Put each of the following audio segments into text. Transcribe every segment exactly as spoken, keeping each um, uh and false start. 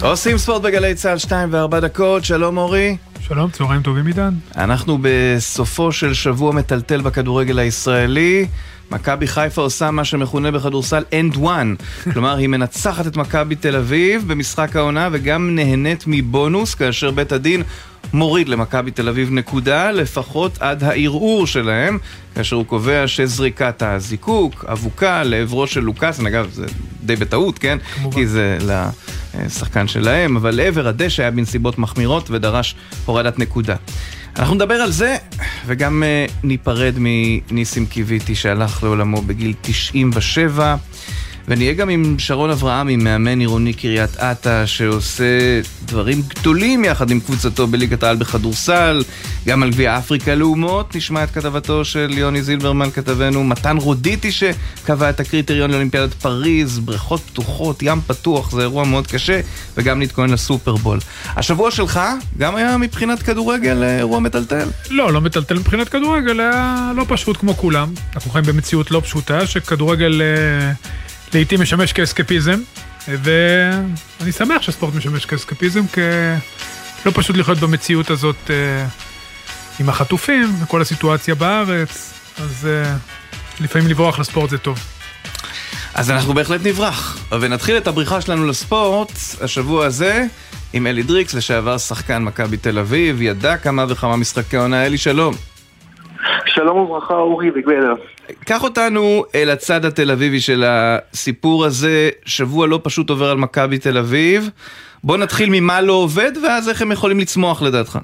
עושים ספורט בגלי צהל שתיים וארבע דקות. שלום אורי. שלום, צהריים טובים עידן. אנחנו בסופו של שבוע מטלטל בכדורגל הישראלי. מכבי חיפה עושה מה שמכונה בכדורסל end one. כלומר, היא מנצחת את מכבי תל אביב במשחק העונה וגם נהנית מבונוס, כאשר בית הדין מוריד למכבי תל אביב נקודה, לפחות עד הערעור שלהם, כאשר הוא קובע שזריקת הזיקוק, אבוקה לעברו של לוקאס, אגב, זה די בטעות, כן? כמובן. כי זה לשחקן שלהם, אבל לעבר הדשא היה בנסיבות מחמירות ודרש הורדת נקודה. אנחנו נדבר על זה, וגם uh, ניפרד מניסים קיוויתי שהלך לעולמו בגיל תשעים ושבע, ונהיה גם עם שרון אברהם, מאמן עירוני קריית אתא, שעושה דברים גדולים יחד עם קבוצתו בליגת העל בכדורסל, גם על גביע אפריקה לאומות. נשמע את כתבתו של יוני זילברמן, כתבנו, מתן רודיטי שקבע את הקריטריון לאולימפיאדת פריז, בריכות פתוחות, ים פתוח, זה אירוע מאוד קשה, וגם נתכונן לסופרבול. השבוע שלך גם היה מבחינת כדורגל אירוע מטלטל? לא, לא מטלטל מבחינת כדורגל, היה לא פשוט כמו כולם. אנחנו חיים במציאות לא פשוטה, שכדורגל לעתים משמש כאסקפיזם, ואני שמח שספורט משמש כאסקפיזם, כי לא פשוט לחיות במציאות הזאת עם החטופים וכל הסיטואציה בארץ, אז לפעמים לברוח לספורט זה טוב. אז אנחנו בהחלט נברח, ונתחיל את הבריחה שלנו לספורט השבוע הזה עם אלי דריקס, לשעבר שחקן מכבי תל אביב, ידע כמה וכמה משחקי עונה. אלי, שלום. שלום וברכה, אורי וגבדר. קח אותנו אל הצד התל אביבי של הסיפור הזה. שבוע לא פשוט עובר על מכבי תל אביב. בוא נתחיל ממה לא עובד, ואז איך הם יכולים לצמוח לדעתך.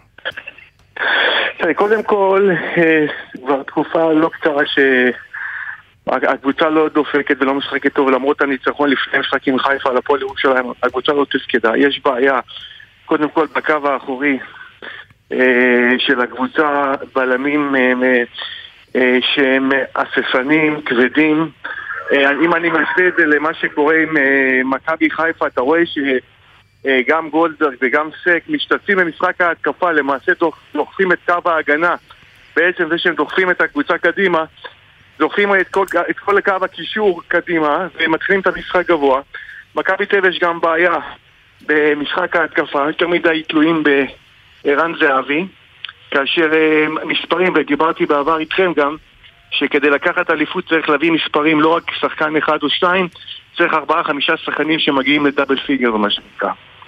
קודם כל, כבר תקופה לא קצרה שהקבוצה לא דופקת ולא משחקת טוב, למרות הניצחון לפני משחקים חיפה על הפועל ירושלים, הקבוצה לא תפקדה. יש בעיה, קודם כל בקו האחורי של הקבוצה, בלמים שהם אספנים, כבדים. אם אני משווה את זה למה שקורה עם מכבי חיפה, אתה רואה שגם גולדברג וגם סק משתתפים במשחק ההתקפה, למעשה דוחפים את קו ההגנה. בעצם זה שהם דוחפים את הקבוצה קדימה, דוחפים את כל, את כל קו הקישור קדימה ומתחילים את המשחק גבוה. מכבי תל אביב יש גם בעיה במשחק ההתקפה, יותר מדי תלויים בערן זהבי, כאשר uh, מספרים, ודיברתי בעבר איתכם גם, שכדי לקחת אליפות צריך להביא מספרים, לא רק שחקן אחד או שתיים, צריך ארבעה, חמישה שחקנים שמגיעים לדאבל פיגר ומה שנקרא.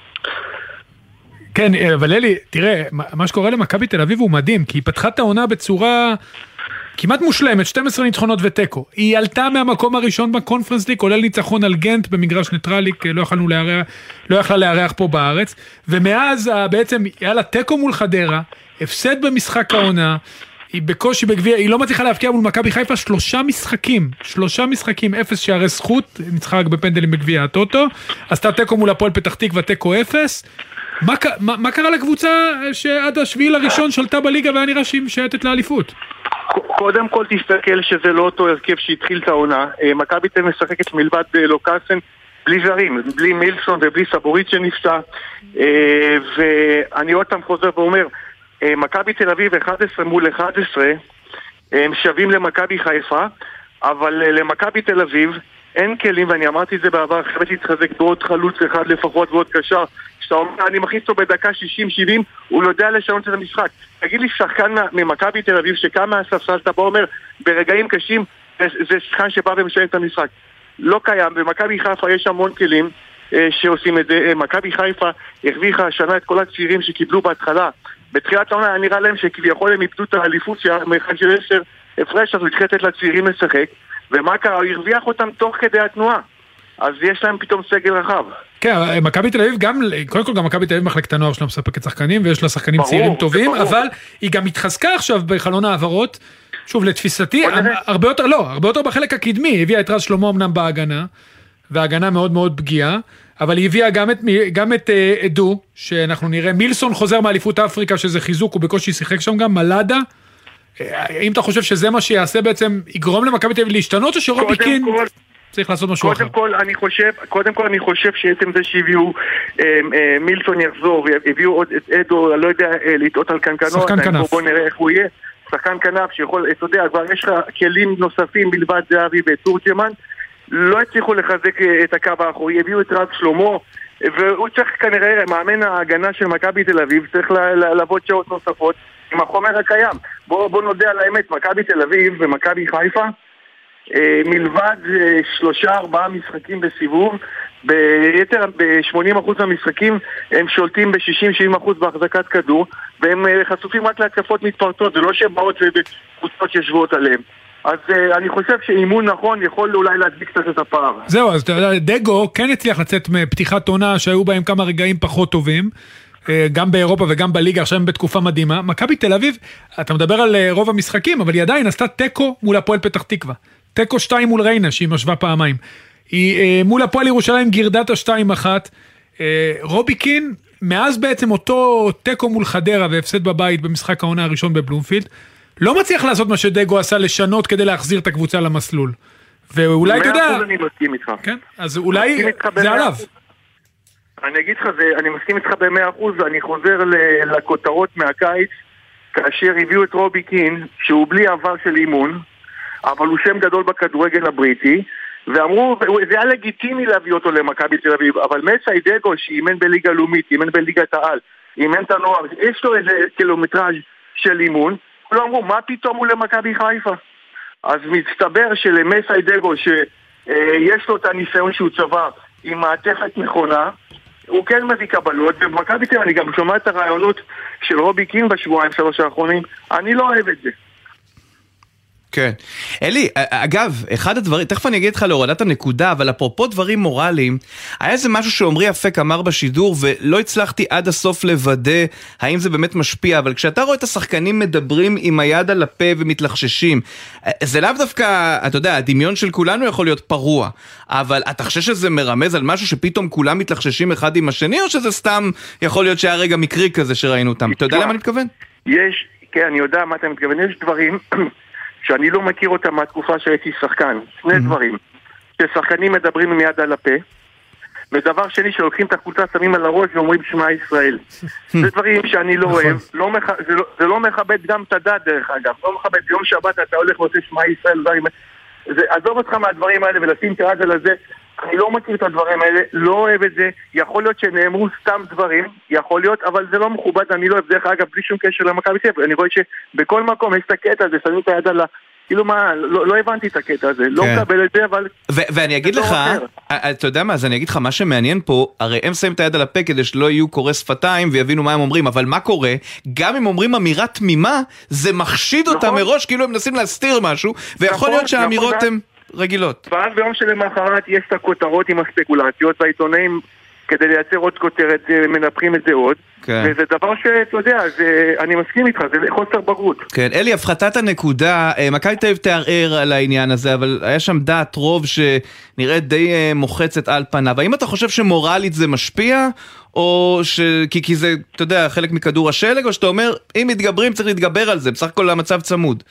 כן, אבל אלי, תראה, מה שקורה למכבי תל אביב הוא מדהים, כי היא פתחה את העונה בצורה כמעט מושלמת, שתים עשרה ניצחונות וטקו. היא עלתה מהמקום הראשון בקונפרנס ליג, כולל ניצחון על גנט במגרש ניטרלי, לא יכלנו להיערך, לא יכלה להיערך פה בארץ, ומאז בעצם היה לה טקו מול חדרה, הפסד במשחק העונה, היא בקושי בגביע, היא לא מצליחה להפקיע מול מכבי חיפה שלושה משחקים, שלושה משחקים, אפס שערי זכות, ניצחה רק בפנדלים בגביע הטוטו, עשתה טקו מול הפועל פתח תקווה, טקו אפס. מה, מה, מה קרה לקבוצה שעד השביעי לראשון שלטה בליגה והיה נראה שהיא משייטת לאליפות? קודם כל תסתכל שזה לא אותו הרכב שהתחיל את העונה. מכבי תל אביב משחקת מלבד לוקאסן בלי זרים, בלי מילסון ובלי סבורית שנפצע, ואני עוד פעם חוזר ואומר, מכבי תל אביב אחת עשרה מול אחת עשרה, הם שווים למכבי חיפה, אבל למכבי תל אביב אין כלים, ואני אמרתי את זה בעבר, חייבת להתחזק בעוד חלוץ אחד לפחות ועוד קשר, שאתה אומר, אני מכניס אותו בדקה שישים שבעים, הוא יודע לשנות את המשחק. תגיד לי, שחקן ממכבי תל אביב שקם מהספסל, אתה בא אומר, ברגעים קשים, זה שחקן שבא ומשנה את המשחק. לא קיים, במכבי חיפה יש המון כלים אה, שעושים את זה. מכבי חיפה הרוויחה השנה את כל הצעירים שקיבלו בהתחלה. בתחילת העונה נראה להם שכביכול הם איבדו את האליפות מאחד של עשר הפרש, אז הוא התחיל לתת לצעירים לשחק, ומה קרה? הוא הרוויח אותם תוך כדי התנועה. אז יש להם פתאום סגל רחב. כן, מכבי תל אביב גם, קודם כל גם מכבי תל אביב מחלקת הנוער שלה מספקת שחקנים, ויש לה שחקנים ברור, צעירים טובים, ברור. אבל היא גם התחזקה עכשיו בחלון העברות, שוב לתפיסתי, הרבה יותר, לא, הרבה יותר בחלק הקדמי, הביאה את רז שלמה אמנם בהגנה, וההגנה מאוד מאוד פגיעה, אבל היא הביאה גם את, גם את עדו, שאנחנו נראה, מילסון חוזר מאליפות אפריקה, שזה חיזוק, הוא בקושי שיחק שם גם, מלאדה, אם אתה חושב שזה מה שיעשה בעצם, יגרום למכבי תל אביב להשתנות, או שרובי קין צריך לעשות משהו אחר? קודם כל אני חושב, קודם כל אני חושב שעצם זה שהביאו מילסון יחזור, והביאו עוד את עדו, לא יודע, לטעות על קנקנו, שחקן כנף. בוא נראה איך הוא יהיה, שחקן כנף שיכול, אתה יודע, כבר יש לך כלים נוספים מלבד זהבי ותורג'מן, לא הצליחו לחזק את הקו האחורי, הביאו את רז שלמה, והוא צריך כנראה, מאמן ההגנה של מכבי תל אביב, צריך לעבוד שעות נוספות עם החומר הקיים. בוא, בוא נודע על האמת, מכבי תל אביב ומכבי חיפה, מלבד שלושה ארבעה משחקים בסיבוב, ביתר ב-שמונים אחוז מהמשחקים הם שולטים ב-שישים שבעים אחוז בהחזקת כדור, והם חשופים רק להתקפות מתפרצות, זה לא שבאות ובקבוצות שישבועות עליהם. אז uh, אני חושב שאימון נכון יכול אולי להדביק קצת את הפער. זהו, אז אתה יודע, דגו כן הצליח לצאת מפתיחת עונה שהיו בהם כמה רגעים פחות טובים, גם באירופה וגם בליגה, עכשיו הם בתקופה מדהימה. מכבי תל אביב, אתה מדבר על רוב המשחקים, אבל היא עדיין עשתה טקו מול הפועל פתח תקווה. טקו שתיים מול ריינה, שהיא משווה פעמיים. היא מול הפועל ירושלים גירדת השתיים אחת. רובי קין, מאז בעצם אותו טקו מול חדרה והפסד בבית במשחק העונה הראשון בבלומפילד, לא מצליח לעשות מה שדגו עשה, לשנות כדי להחזיר את הקבוצה למסלול. ואולי אתה יודע... אני מסכים איתך. כן, אז אולי זה עליו. אני אגיד לך, אני מסכים איתך ב-מאה אחוז, אני חוזר לכותרות מהקיץ, כאשר הביאו את רובי קין, שהוא בלי עבר של אימון, אבל הוא שם גדול בכדורגל הבריטי, ואמרו, זה היה לגיטימי להביא אותו למכבי תל אביב, אבל מסי דגו, שאימן בליגה לאומית, אימן בליגת העל, אימן את הנוער, יש לו איזה קילומטראז' של אימון, לא אמרו, מה פתאום הוא למכבי חיפה? אז מצטבר שלמסי דגו, שיש לו את הניסיון שהוא צבא עם מעטפת נכונה, הוא כן מביא קבלות, ובמכבי תל אביב אני גם שומע את הרעיונות של רובי קין בשבועיים שלוש האחרונים, אני לא אוהב את זה. כן. אלי, אגב, אחד הדברים, תכף אני אגיד לך להורדת הנקודה, אבל אפרופו דברים מורליים, היה איזה משהו שעומרי אפק אמר בשידור, ולא הצלחתי עד הסוף לוודא האם זה באמת משפיע, אבל כשאתה רואה את השחקנים מדברים עם היד על הפה ומתלחששים, זה לאו דווקא, אתה יודע, הדמיון של כולנו יכול להיות פרוע, אבל אתה חושב שזה מרמז על משהו שפתאום כולם מתלחששים אחד עם השני, או שזה סתם יכול להיות שהיה רגע מקרי כזה שראינו אותם? אתה יודע למה אני מתכוון? יש, כן, אני יודע מה אתה מתכוון, יש דברים שאני לא מכיר אותם מהתקופה שהייתי שחקן. שני דברים. ששחקנים מדברים עם יד על הפה, ודבר שני שלוקחים את החולצה, שמים על הראש ואומרים שמע ישראל. זה דברים שאני לא אוהב. זה לא מכבד גם את הדת דרך אגב. לא מכבד. ביום שבת אתה הולך ועושה שמע ישראל. עזוב אותך מהדברים האלה ולשים את היד על הזה. אני לא מכיר את הדברים האלה, לא אוהב את זה. יכול להיות שנאמרו סתם דברים, יכול להיות, אבל זה לא מכובד, אני לא אוהב דרך אגב, בלי שום קשר למכבי תל אביב. אני רואה שבכל מקום יש את הקטע הזה, שמים את היד על ה... כאילו מה, לא, לא הבנתי את הקטע הזה, לא מקבל את זה, אבל... ו- ואני אגיד לך, אתה יודע מה, אז אני אגיד לך, מה שמעניין פה, הרי הם שמים את היד על הפה כדי שלא יהיו קורא שפתיים ויבינו מה הם אומרים, אבל מה קורה? גם אם אומרים אמירה תמימה, זה מחשיד אותה מראש, כאילו הם מנסים להסתיר משהו, ויכול להיות שהאמירות הן רגילות. ואז ביום שלמחרת יש את הכותרות עם הספקולציות, והעיתונאים כדי לייצר עוד כותרת מנפחים את זה עוד, כן. וזה דבר שאתה יודע, זה, אני מסכים איתך, זה חוסר בגרות. כן, אלי, הפחתת הנקודה, מכבי תל אביב תערער על העניין הזה, אבל היה שם דעת רוב שנראית די מוחצת על פניו. האם אתה חושב שמורלית זה משפיע, או ש... כי, כי זה, אתה יודע, חלק מכדור השלג, או שאתה אומר, אם מתגברים צריך להתגבר על זה, בסך הכל המצב צמוד?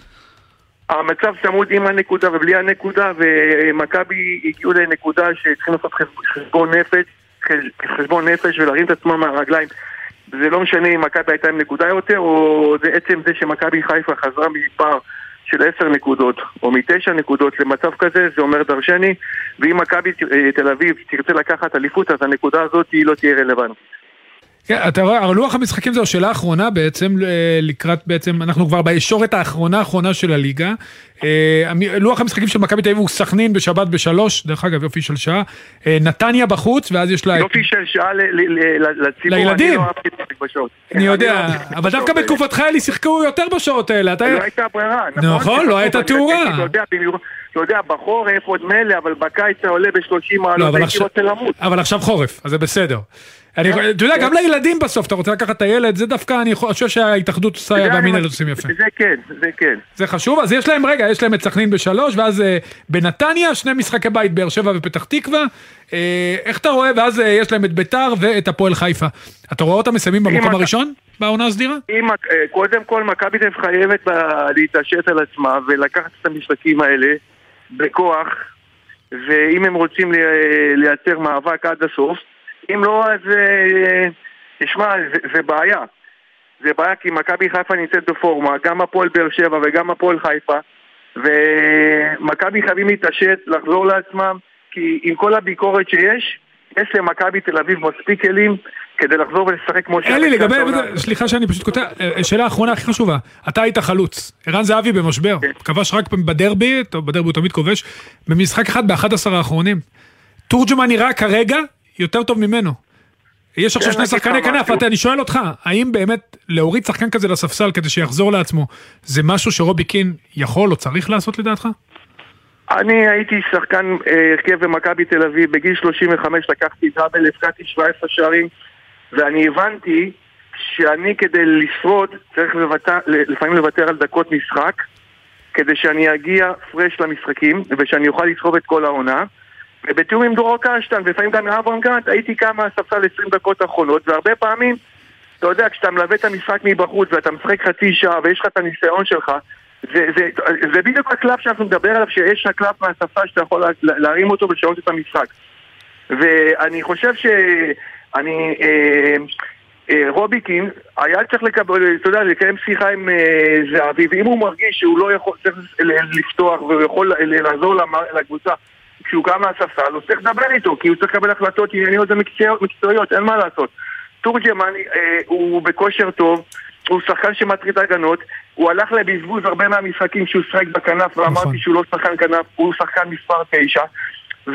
המצב צמוד עם הנקודה ובלי הנקודה, ומכבי הגיעו לנקודה שצריכים לעשות חשבון נפש, חשבון נפש ולהרים את עצמם מהרגליים. זה לא משנה אם מכבי הייתה עם נקודה יותר, או זה עצם זה שמכבי חיפה חזרה מספר של עשר נקודות, או מתשע נקודות למצב כזה, זה אומר דרשני, ואם מכבי תל אביב תרצה לקחת אליפות, אז הנקודה הזאת היא לא תהיה רלוונטית. כן, אתה רואה, לוח המשחקים זו השאלה האחרונה בעצם, לקראת בעצם, אנחנו כבר בישורת האחרונה האחרונה של הליגה, לוח המשחקים של מכבי תל אביב הוא סכנין בשבת בשלוש, דרך אגב יופי של שעה, נתניה בחוץ, ואז יש לה... יופי של שעה לציבור, לילדים, אני יודע, אבל דווקא בתקופתך אלי שיחקו יותר בשעות האלה, לא הייתה ברירה, נכון, לא הייתה תאורה. אתה יודע, בחורף עוד מלא, אבל בקיץ אתה עולה ב-שלושים מעלות, הייתי רוצה למות. אבל עכשיו חורף, אז זה בסדר. אתה יודע, גם לילדים בסוף, אתה רוצה לקחת את הילד, זה דווקא, אני חושב שההתאחדות והמינהלת עושים יפה. זה כן, זה כן. זה חשוב, אז יש להם, רגע, יש להם את סכנין בשלוש, ואז בנתניה, שני משחקי בית, באר שבע ופתח תקווה, איך אתה רואה, ואז יש להם את ביתר ואת הפועל חיפה. אתה רואה אותם מסיימים במקום הראשון, בעונה הסדירה? קודם כל, מכבי תל אביב חייבת להתעשת על עצמה, ולקחת את המשחקים האלה בכוח, ואם הם רוצים לייצר מאבק עד הסוף, אם לא, אז תשמע, זה, זה בעיה. זה בעיה כי מכבי חיפה נמצאת בפורמה, גם הפועל באר שבע וגם הפועל חיפה, ומכבי חייבים להתעשת, לחזור לעצמם, כי עם כל הביקורת שיש, יש למכבי תל אביב מספיק כלים כדי לחזור ולשחק כמו אלי, לגבי, סליחה שאני פשוט כותב, שאלה האחרונה הכי חשובה, אתה היית חלוץ, ערן זהבי במשבר, כבש רק בדרבי, בדרבי הוא תמיד כובש, במשחק אחד באחד עשר האחרונים, תורג'מן נראה כרגע יותר טוב ממנו, יש עכשיו שני שחקני כנף, אני שואל אותך, האם באמת להוריד שחקן כזה לספסל כדי שיחזור לעצמו, זה משהו שרובי קין יכול או צריך לעשות לדעתך? אני הייתי שחקן הרכב במכבי תל אביב, בגיל שלושים וחמש לקחתי דאבל, הפקעתי שבע עשרה שערים, ואני הבנתי שאני כדי לשרוד צריך לבטא, לפעמים לוותר על דקות משחק, כדי שאני אגיע פרש למשחקים, ושאני אוכל לסחוב את כל העונה. ובתיאום עם דורון קשטן, ולפעמים גם מאברהם גרנט, הייתי כמה ספסל עשרים דקות האחרונות, והרבה פעמים, אתה יודע, כשאתה מלווה את המשחק מבחוץ, ואתה משחק חצי שעה, ויש לך את הניסיון שלך, זה, זה, זה בדיוק הקלף שאנחנו מדבר עליו, שיש הקלף מהספסל שאתה יכול להרים אותו ולשנות את המשחק. ואני חושב שאני, אה, אה, רובי קין, היה צריך לקבל, אתה יודע, לקיים שיחה עם אה, זהבי, ואם הוא מרגיש שהוא לא יכול, צריך לפתוח, והוא יכול לעזור לקבוצה, כשהוא קם מהספסל, הוא צריך לדבר איתו, כי הוא צריך לקבל החלטות ענייניות ומקצועיות, אין מה לעשות. תורג'מן אה, הוא בכושר טוב, הוא שחקן שמטריד הגנות, הוא הלך לבזבוז הרבה מהמשחקים שהוא שחק בכנף, ואמרתי שהוא לא שחקן כנף, הוא שחקן מספר תשע, ו...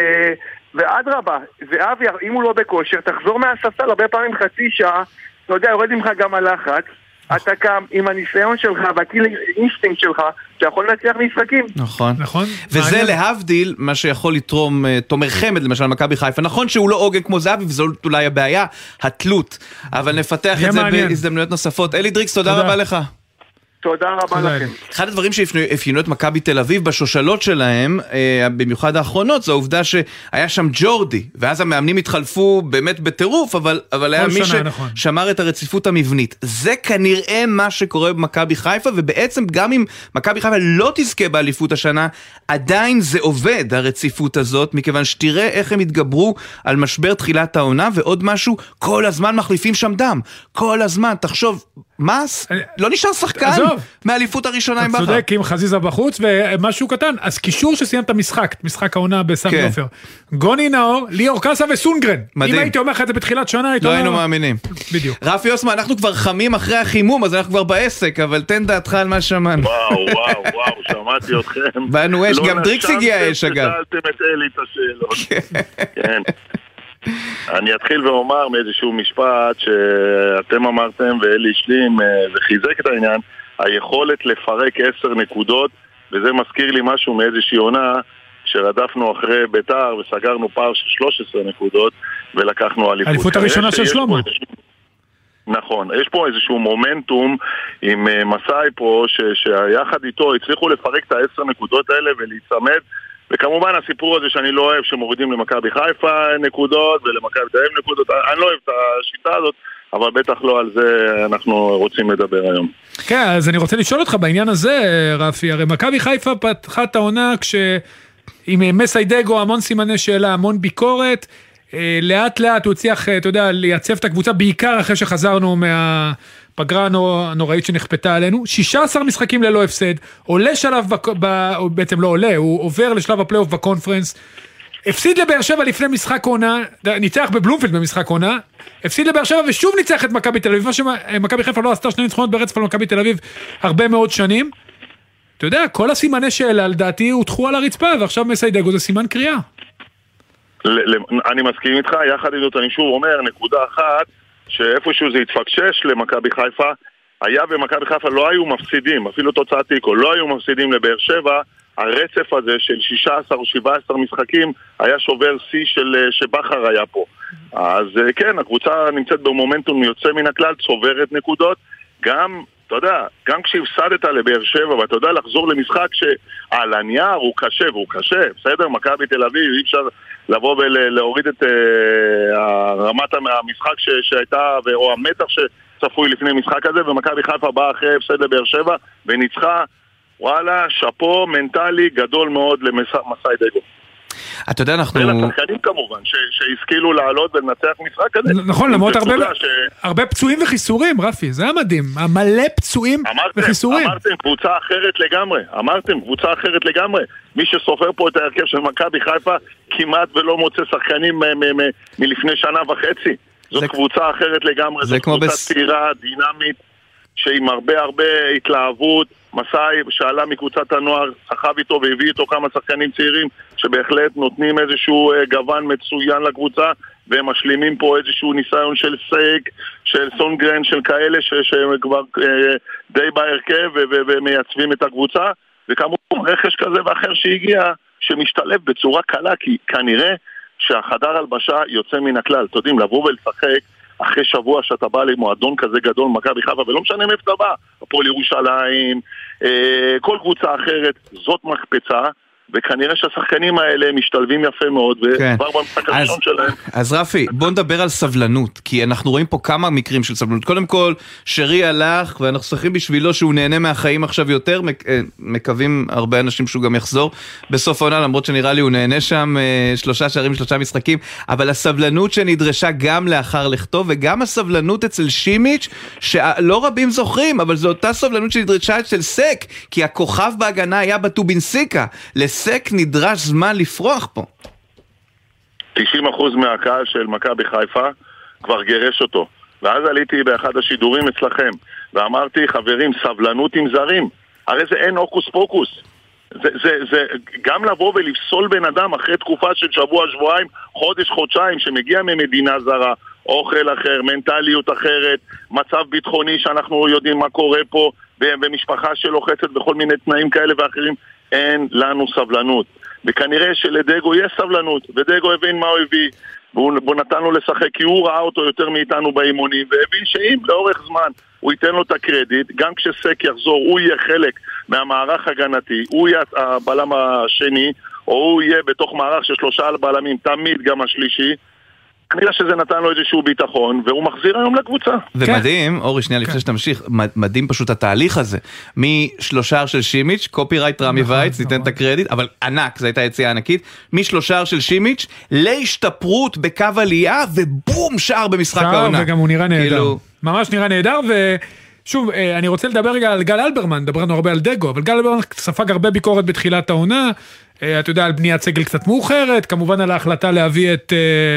ועד רבה, ואבי, אם הוא לא בכושר, תחזור מהספסל הרבה פעמים חצי שעה, אתה יודע, יורד ממך גם הלחץ, אתה קם עם הניסיון שלך והקיל אינסטינקט שלך, שיכול להצליח משחקים. נכון. נכון. וזה להבדיל, מה שיכול לתרום תומר חמד, למשל מכבי חיפה. נכון שהוא לא עוגן כמו זהבי, וזו אולי הבעיה, התלות. אבל נפתח את זה בהזדמנויות נוספות. אלי דריקס, תודה רבה לך. תודה רבה לכם. אחד הדברים שאפיינו את מכבי תל אביב בשושלות שלהם, במיוחד האחרונות, זו העובדה שהיה שם ג'ורדי, ואז המאמנים התחלפו באמת בטירוף, אבל, אבל היה מי ששמר את הרציפות המבנית. זה כנראה מה שקורה במכבי חיפה, ובעצם גם אם מכבי חיפה לא תזכה באליפות השנה, עדיין זה עובד, הרציפות הזאת, מכיוון שתראה איך הם התגברו על משבר תחילת העונה, ועוד משהו, כל הזמן מחליפים שם דם. כל הזמן, תחשוב, מה? לא נשאר שחקן מאליפות הראשונה עם בכר. אתה צודק, עם חזיזה בחוץ ומשהו קטן. אז קישור שסיים את המשחק, את משחק העונה בסמי עופר. גוני נאור, ליאור קאסה וסונגרן. אם הייתי אומר לך את זה בתחילת שנה, לא היינו מאמינים. בדיוק. רפי אוסמן, אנחנו כבר חמים אחרי החימום, אז אנחנו כבר בעסק, אבל תן דעתך על מה שמענו. וואו, וואו, וואו, שמעתי אתכם. באנו אש, גם דריקס הגיע אש אגב. לא נשמתם את אלי את השאלות. כן. אני אתחיל ואומר מאיזשהו משפט שאתם אמרתם ואלי השלים וחיזק את העניין, היכולת לפרק עשר נקודות, וזה מזכיר לי משהו מאיזושהי עונה שרדפנו אחרי ביתר וסגרנו פער של שלוש עשרה נקודות ולקחנו אליפות. האליפות הראשונה של שלמה. נכון, יש פה איזשהו מומנטום עם מסאי פה שיחד איתו הצליחו לפרק את העשר נקודות האלה ולהצמד, וכמובן הסיפור הזה שאני לא אוהב שמורידים למכבי חיפה נקודות ולמכבי תל אביב נקודות, אני לא אוהב את השיטה הזאת, אבל בטח לא על זה אנחנו רוצים לדבר היום. כן, אז אני רוצה לשאול אותך בעניין הזה, רפי, הרי מכבי חיפה פתחה את העונה כש... עם מסיידגו המון סימני שאלה, המון ביקורת, לאט לאט הוא הצליח, אתה יודע, לייצב את הקבוצה, בעיקר אחרי שחזרנו מה... פגרה הנוראית שנכפתה עלינו, שישה עשר משחקים ללא הפסד, עולה שלב, ב... בעצם לא עולה, הוא עובר לשלב הפלייאוף בקונפרנס, הפסיד לבאר שבע לפני משחק עונה, ניצח בבלומפילד במשחק עונה, הפסיד לבאר שבע ושוב ניצח את מכבי תל אביב, מה שמכבי חיפה לא עשתה שני ניצחונות ברצף על מכבי תל אביב הרבה מאוד שנים, אתה יודע, כל הסימני שאלה לדעתי הוטחו על הרצפה, ועכשיו מסיידגו זה סימן קריאה. אני מסכים איתך, יחד איתו אני שוב אומר, נקודה אחת, שאיפשהו זה התפקשש למכבי חיפה, היה במכבי חיפה לא היו מפסידים, אפילו תוצאת תיקו, לא היו מפסידים לבאר שבע, הרצף הזה של שישה עשר או שבעה עשר משחקים היה שובר שיא של שבחר היה פה. אז כן, הקבוצה נמצאת במומנטום יוצא מן הכלל, צוברת נקודות, גם, אתה יודע, גם כשהפסדת לבאר שבע, ואתה יודע לחזור למשחק שעל הנייר הוא קשה, והוא קשה, בסדר, מכבי תל אביב, אי אפשר לבוא ולהוריד את uh, רמת המשחק ש, שהייתה, או המתח שצפוי לפני משחק הזה, ומכבי חיפה באה אחרי הפסד לבאר שבע, וניצחה, וואלה, שפו מנטלי גדול מאוד למסיידגו. אתה יודע, אנחנו... ולשחקנים כמובן, שהשכילו לעלות ולנצח משחק כזה. נכון, למרות הרבה פצועים וחיסורים, רפי, זה היה מדהים. המלא פצועים וחיסורים. אמרתם קבוצה אחרת לגמרי, אמרתם קבוצה אחרת לגמרי. מי שסופר פה את ההרכב של מכבי חיפה, כמעט ולא מוצא שחקנים מלפני שנה וחצי. זאת קבוצה אחרת לגמרי, זאת קבוצה צעירה, דינמית, שעם הרבה הרבה התלהבות. מסאי שעלה מקבוצת הנוער, סחב איתו והביא איתו כמה שחקנים צעירים שבהחלט נותנים איזשהו גוון מצוין לקבוצה, והם משלימים פה איזשהו ניסיון של סייק, של סונגרן, של כאלה שכבר די בהרכב ומייצבים את הקבוצה, וכמובן רכש כזה ואחר שהגיע, שמשתלב בצורה קלה, כי כנראה שהחדר הלבשה יוצא מן הכלל. אתם יודעים, לבוא ולשחק אחרי שבוע שאתה בא למועדון כזה גדול, מכבי חיפה, ולא משנה מאיפה אתה בא, הפועל ירושלים, כל קבוצה אחרת, זאת מקפצה, וכנראה שהשחקנים האלה משתלבים יפה מאוד, וכבר במשחק הראשון שלהם. אז רפי, בוא נדבר על סבלנות, כי אנחנו רואים פה כמה מקרים של סבלנות. קודם כל, שרי הלך, ואנחנו צריכים בשבילו שהוא נהנה מהחיים עכשיו יותר, מקווים הרבה אנשים שהוא גם יחזור בסוף העונה, למרות שנראה לי הוא נהנה שם שלושה שערים, שלושה משחקים, אבל הסבלנות שנדרשה גם לאחר לכתוב, וגם הסבלנות אצל שימיץ', שלא רבים זוכרים, אבל זו אותה סבלנות שנדרשה אצל סק, כי הכוכב בהגנה היה בטובינסיקה, סק נדרש זמן לפרוח פה. תשעים אחוז מהקהל של מכבי חיפה כבר גרש אותו. ואז עליתי באחד השידורים אצלכם, ואמרתי, חברים, סבלנות עם זרים. הרי זה אין אוקוס פוקוס. זה, זה, זה גם לבוא ולפסול בן אדם אחרי תקופה של שבוע, שבועיים, חודש, חודשיים, שמגיע ממדינה זרה, אוכל אחר, מנטליות אחרת, מצב ביטחוני שאנחנו יודעים מה קורה פה, במשפחה שלוחצת בכל מיני תנאים כאלה ואחרים, אין לנו סבלנות. וכנראה שלדגו יש סבלנות, ודגו הבין מה הוא הביא, והוא נתן לו לשחק, כי הוא ראה אותו יותר מאיתנו באימונים, והבין שאם לאורך זמן הוא ייתן לו את הקרדיט, גם כשסק יחזור, הוא יהיה חלק מהמערך הגנתי, הוא יהיה הבלם השני, או הוא יהיה בתוך מערך של שלושה בלמים, תמיד גם השלישי, כנראה שזה נתן לו איזשהו ביטחון, והוא מחזיר היום לקבוצה. ומדהים, אורי, שנייה לפני שתמשיך, מדהים פשוט התהליך הזה, משלושה של שימיץ', קופירייט רמי וייץ, ניתן את הקרדיט, אבל ענק, זו הייתה יציאה ענקית, משלושה של שימיץ', להשתפרות בקו עלייה, ובום, שער במשחק העונה. שער, וגם הוא נראה נהדר. ממש נראה נהדר, ושוב, אני רוצה לדבר רגע על גל אלברמן, דברנו הרבה על דגו, אבל גל אלברמן ספג הרבה ביקורת בתחילת העונה, אתה יודע, על בניית סגל קצת מאוחרת, כמובן על ההחלטה להביא את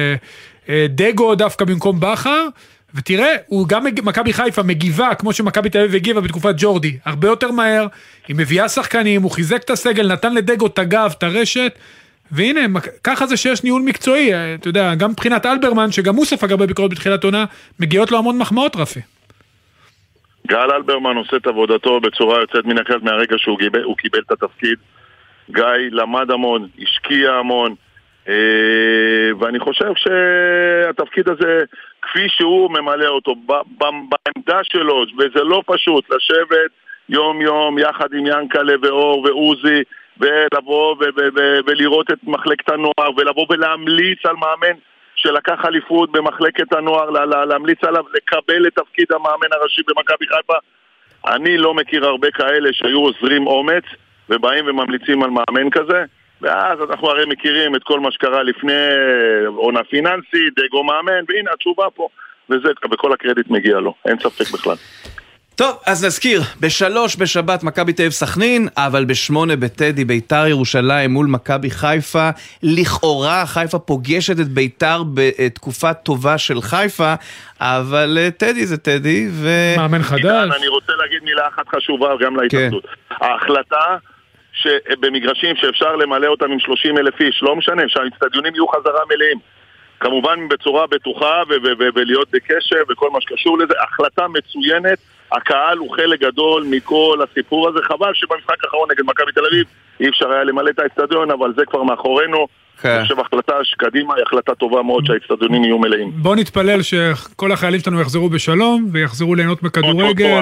דגו דווקא במקום בחר, ותראה, הוא גם מכבי חיפה מגיבה, כמו שמכבי תל אביב הגיבה בתקופת ג'ורדי, הרבה יותר מהר, היא מביאה שחקנים, הוא חיזק את הסגל, נתן לדגו את הגב, את הרשת, והנה, ככה זה שיש ניהול מקצועי, אתה יודע, גם מבחינת אלברמן, שגם הוא ספג הרבה ביקורת בתחילת עונה, מגיעות לו המון מחמאות, רפי. גל אלברמן עושה את עבודתו בצורה יוצאת מן הכלל מהרגע שהוא קיבל, הוא קיבל את התפקיד. גיא למד המון, השקיע המון, ואני חושב שהתפקיד הזה, כפי שהוא ממלא אותו, בעמדה שלו, וזה לא פשוט, לשבת יום יום יחד עם ינקלה ואור ועוזי, ולבוא ולראות את מחלקת הנוער, ולבוא ולהמליץ על מאמן שלקח אליפות במחלקת הנוער, להמליץ עליו לקבל את תפקיד המאמן הראשי במכבי חיפה. אני לא מכיר הרבה כאלה שהיו עוזרים אומץ, ובאים וממליצים על מאמן כזה, ואז אנחנו הרי מכירים את כל מה שקרה לפני עונה פיננסית, דגו מאמן, והנה התשובה פה, וזה, וכל הקרדיט מגיע לו, אין ספק בכלל. טוב, אז נזכיר, בשלוש בשבת מכבי תל אביב סכנין, אבל בשמונה בטדי ביתר ירושלים מול מכבי חיפה. לכאורה חיפה פוגשת את ביתר בתקופה טובה של חיפה, אבל טדי זה טדי ו... מאמן חדש. אני רוצה להגיד מילה אחת חשובה גם להתאחדות. כן. ההחלטה שבמגרשים שאפשר למלא אותם עם שלושים אלף איש, לא משנה, שהאצטדיונים יהיו חזרה מלאים. כמובן בצורה בטוחה ו- ו- ו- ולהיות בקשר וכל מה שקשור לזה, החלטה מצוינת, הקהל הוא חלק גדול מכל הסיפור הזה, חבל שבמשחק האחרון נגד מכבי תל אביב אי אפשר היה למלא את האצטדיון, אבל זה כבר מאחורינו, אני חושב החלטה שקדימה היא החלטה טובה מאוד שהאצטדיונים יהיו מלאים. בוא נתפלל שכל החיילים שלנו יחזרו בשלום ויחזרו ליהנות מכדורגל,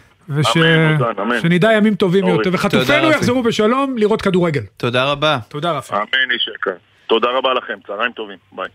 ושנדע ימים טובים יותר, וחטופינו יחזרו בשלום לראות כדורגל. תודה רבה. תודה רפי. אמן איש יקר. תודה רבה לכם, צהריים טובים, ביי.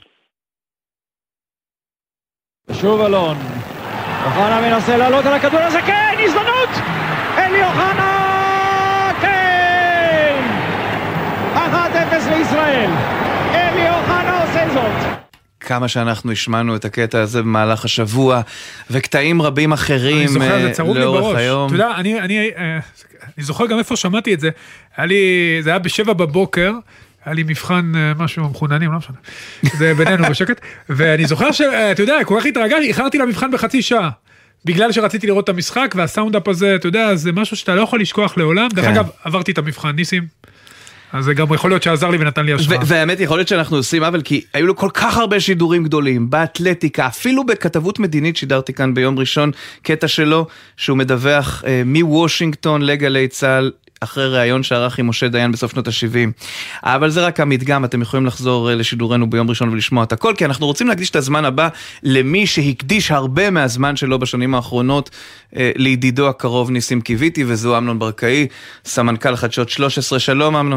ושוב אלון, אוחנה מנסה לעלות על הכדור הזה, כן, הזדמנות! אלי אוחנה, כן! אחת אפס לישראל. אמי אוחנה עושה זאת. כמה שאנחנו השמענו את הקטע הזה במהלך השבוע, וקטעים רבים אחרים לאורך היום. אתה יודע, אני, אני, אני זוכר גם איפה שמעתי את זה, היה לי, זה היה בשבע בבוקר, היה לי מבחן משהו מחוננים, לא משנה, זה בינינו בשקט, ואני זוכר שאתה יודע, כל כך התרגשתי, איחרתי למבחן בחצי שעה, בגלל שרציתי לראות את המשחק, והסאונדאפ הזה, אתה יודע, זה משהו שאתה לא יכול לשכוח לעולם, דרך אגב, עברתי את המבחן, ניסים, אז זה גם יכול להיות שעזר לי ונתן לי השראה. והאמת יכול להיות שאנחנו עושים אבל כי היו לו כל כך הרבה שידורים גדולים, באתלטיקה, אפילו בכתבות מדינית שידרתי כאן ביום ראשון, קטע שלו, שהוא מדווח אה, מוושינגטון לגלי צה"ל, אחרי ראיון שערך עם משה דיין בסוף שנות ה-שבעים. אבל זה רק המדגם, אתם יכולים לחזור לשידורנו ביום ראשון ולשמוע את הכל, כי אנחנו רוצים להקדיש את הזמן הבא למי שהקדיש הרבה מהזמן שלו בשנים האחרונות אה, לידידו הקרוב ניסים קיוויתי, וזו אמנון ברקאי, סמנכ"ל חדשות שלוש עשרה. שלום אמנון.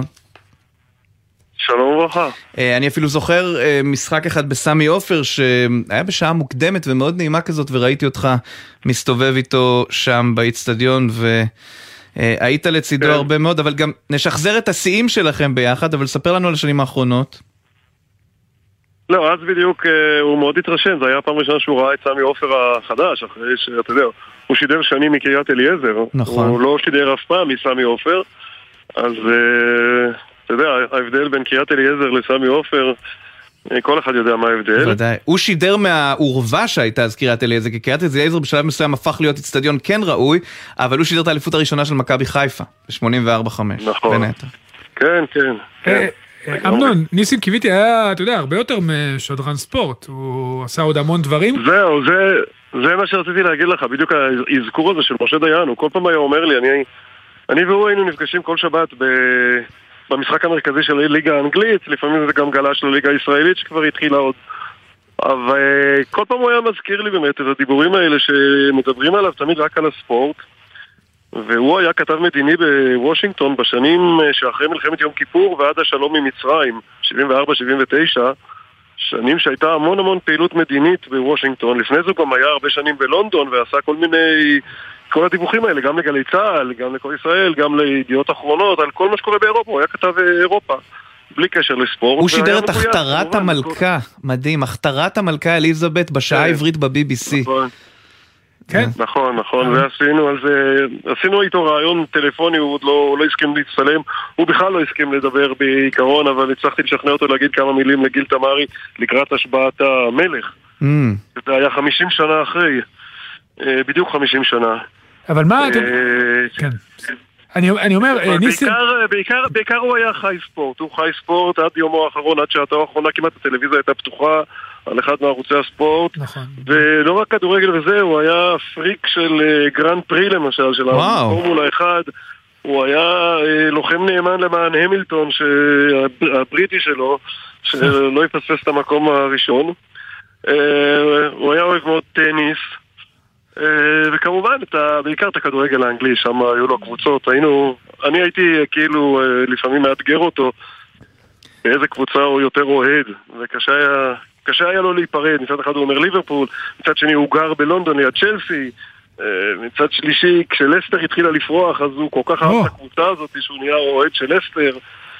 שלום וברכה. אני אפילו זוכר משחק אחד בסמי עופר שהיה בשעה מוקדמת ומאוד נעימה כזאת, וראיתי אותך מסתובב איתו שם באצטדיון והיית לצידו הרבה מאוד, אבל גם נשחזר את השיאים שלכם ביחד, אבל ספר לנו על השנים האחרונות. לא, אז בדיוק הוא מאוד התרשם, זה היה הפעם ראשונה שהוא ראה את סמי עופר החדש, אחרי שאתה יודע, הוא שידר שנים מקריית אליעזר, נכון. הוא לא שידר אף פעם מסמי עופר, אז אתה יודע, ההבדל בין קריית אליעזר לסמי עופר, כל אחד יודע מה ההבדל. ודאי. הוא שידר מהעורבה שהייתה אז קריית אליעזר, כי קריית אליעזר בשלב מסוים הפך להיות אצטדיון כן ראוי, אבל הוא שידר את האליפות הראשונה של מכבי חיפה, ב-שמונים וארבע חמש. נכון. כן, כן. אמנון, ניסים קיוויתי היה, אתה יודע, הרבה יותר משדרן ספורט, הוא עשה עוד המון דברים. זהו, זה מה שרציתי להגיד לך, בדיוק האזכור הזה של משה דיין, הוא כל פעם היה אומר לי, אני והוא היינו נפגשים כל שבת ב... במשחק המרכזי של ליגה האנגלית, לפעמים זה גם גלש לליגה הישראלית שכבר התחילה עוד. אבל כל פעם הוא היה מזכיר לי באמת את הדיבורים האלה שמדברים עליו תמיד רק על הספורט. והוא היה כתב מדיני בוושינגטון בשנים שאחרי מלחמת יום כיפור ועד השלום ממצרים, שבעים וארבע שבעים ותשע, שנים שהייתה המון המון פעילות מדינית בוושינגטון. לפני זה גם היה הרבה שנים בלונדון ועשה כל מיני... כל הדיווחים האלה, גם לגלי צה"ל, גם לכל ישראל, גם לידיעות אחרונות, על כל מה שקורה באירופה, הוא היה כתב אירופה, בלי קשר לספורט. הוא שידר את הכתרת המלכה, מדהים, הכתרת המלכה אליזבת בשעה העברית ב-בי בי סי. כן? נכון, נכון, ועשינו על זה, עשינו איתו רעיון טלפוני, הוא לא הסכים להצטלם, הוא בכלל לא הסכים לדבר בעיקרון, אבל הצלחתי לשכנע אותו להגיד כמה מילים לגיל תמרי לקראת השבעת המלך. זה היה חמישים שנה אחרי. בדיוק חמישים שנה. אבל מה אתם... כן. אני אומר, ניסים... בעיקר הוא היה חי ספורט. הוא חי ספורט עד יומו האחרון, עד שעתו האחרונה כמעט הטלוויזיה הייתה פתוחה על אחד מערוצי הספורט. נכון. ולא רק כדורגל וזה, הוא היה פריק של גרנד פרי למשל, של הפורמולה אחד. הוא היה לוחם נאמן למען המילטון, הבריטי שלו, שלא יפספס את המקום הראשון. הוא היה אוהב מאוד טניס. וכמובן, בעיקר את הכדורגל האנגלי, שם היו לו קבוצות, היינו, אני הייתי כאילו לפעמים מאתגר אותו באיזה קבוצה הוא יותר אוהד, וקשה היה, קשה היה לו להיפרד. מצד אחד הוא אומר ליברפול, מצד שני הוא גר בלונדון ליד צ'לסי, מצד שלישי כשלסטר התחילה לפרוח אז הוא כל כך אהב את הקבוצה הזאת שהוא נהיה אוהד של לסטר.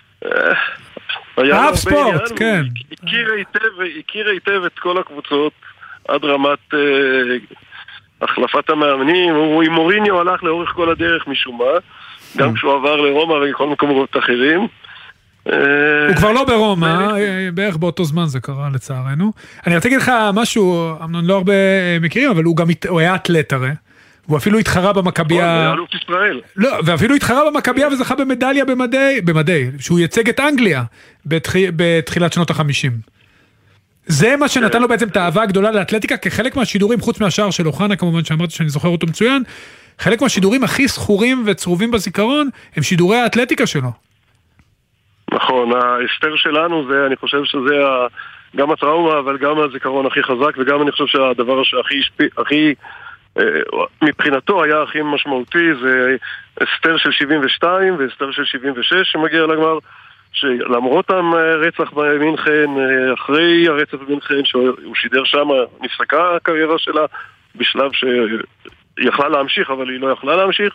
אהב ספורט, כן. הכיר היטב את כל הקבוצות עד רמת החלפת המאמנים. הוא עם מוריניו הלך לאורך כל הדרך משום מה, גם כשהוא עבר לרומא וכל מקומות אחרים. הוא כבר לא ברומא, בערך באותו זמן זה קרה לצערנו. אני רוצה להגיד לך משהו, אמנון לא הרבה מכירים, אבל הוא גם היה אתלט הרי, הוא אפילו התחרה במכבייה, לא, ואפילו התחרה במכבייה וזכה במדליה במדי, במדי, שהוא ייצג את אנגליה בתחילת שנות החמישים. זה מה שנתן לו בעצם את האהבה הגדולה לאתלטיקה, כחלק מהשידורים, חוץ מהשאר של אוחנה, כמובן שאמרתי שאני זוכר אותו מצוין, חלק מהשידורים הכי סחורים וצרובים בזיכרון, הם שידורי האתלטיקה שלו. נכון, ההסתר שלנו זה, אני חושב שזה גם הטראומה, אבל גם הזיכרון הכי חזק, וגם אני חושב שהדבר שהכי, הכי, מבחינתו היה הכי משמעותי, זה הסתר של שבעים ושתיים והסתר של שבעים ושש שמגיע לגמר, שלמרות הרצח במינכן, אחרי הרצח במינכן, שהוא שידר שם, נפסקה הקריירה שלה בשלב שיכלה להמשיך, אבל היא לא יכלה להמשיך,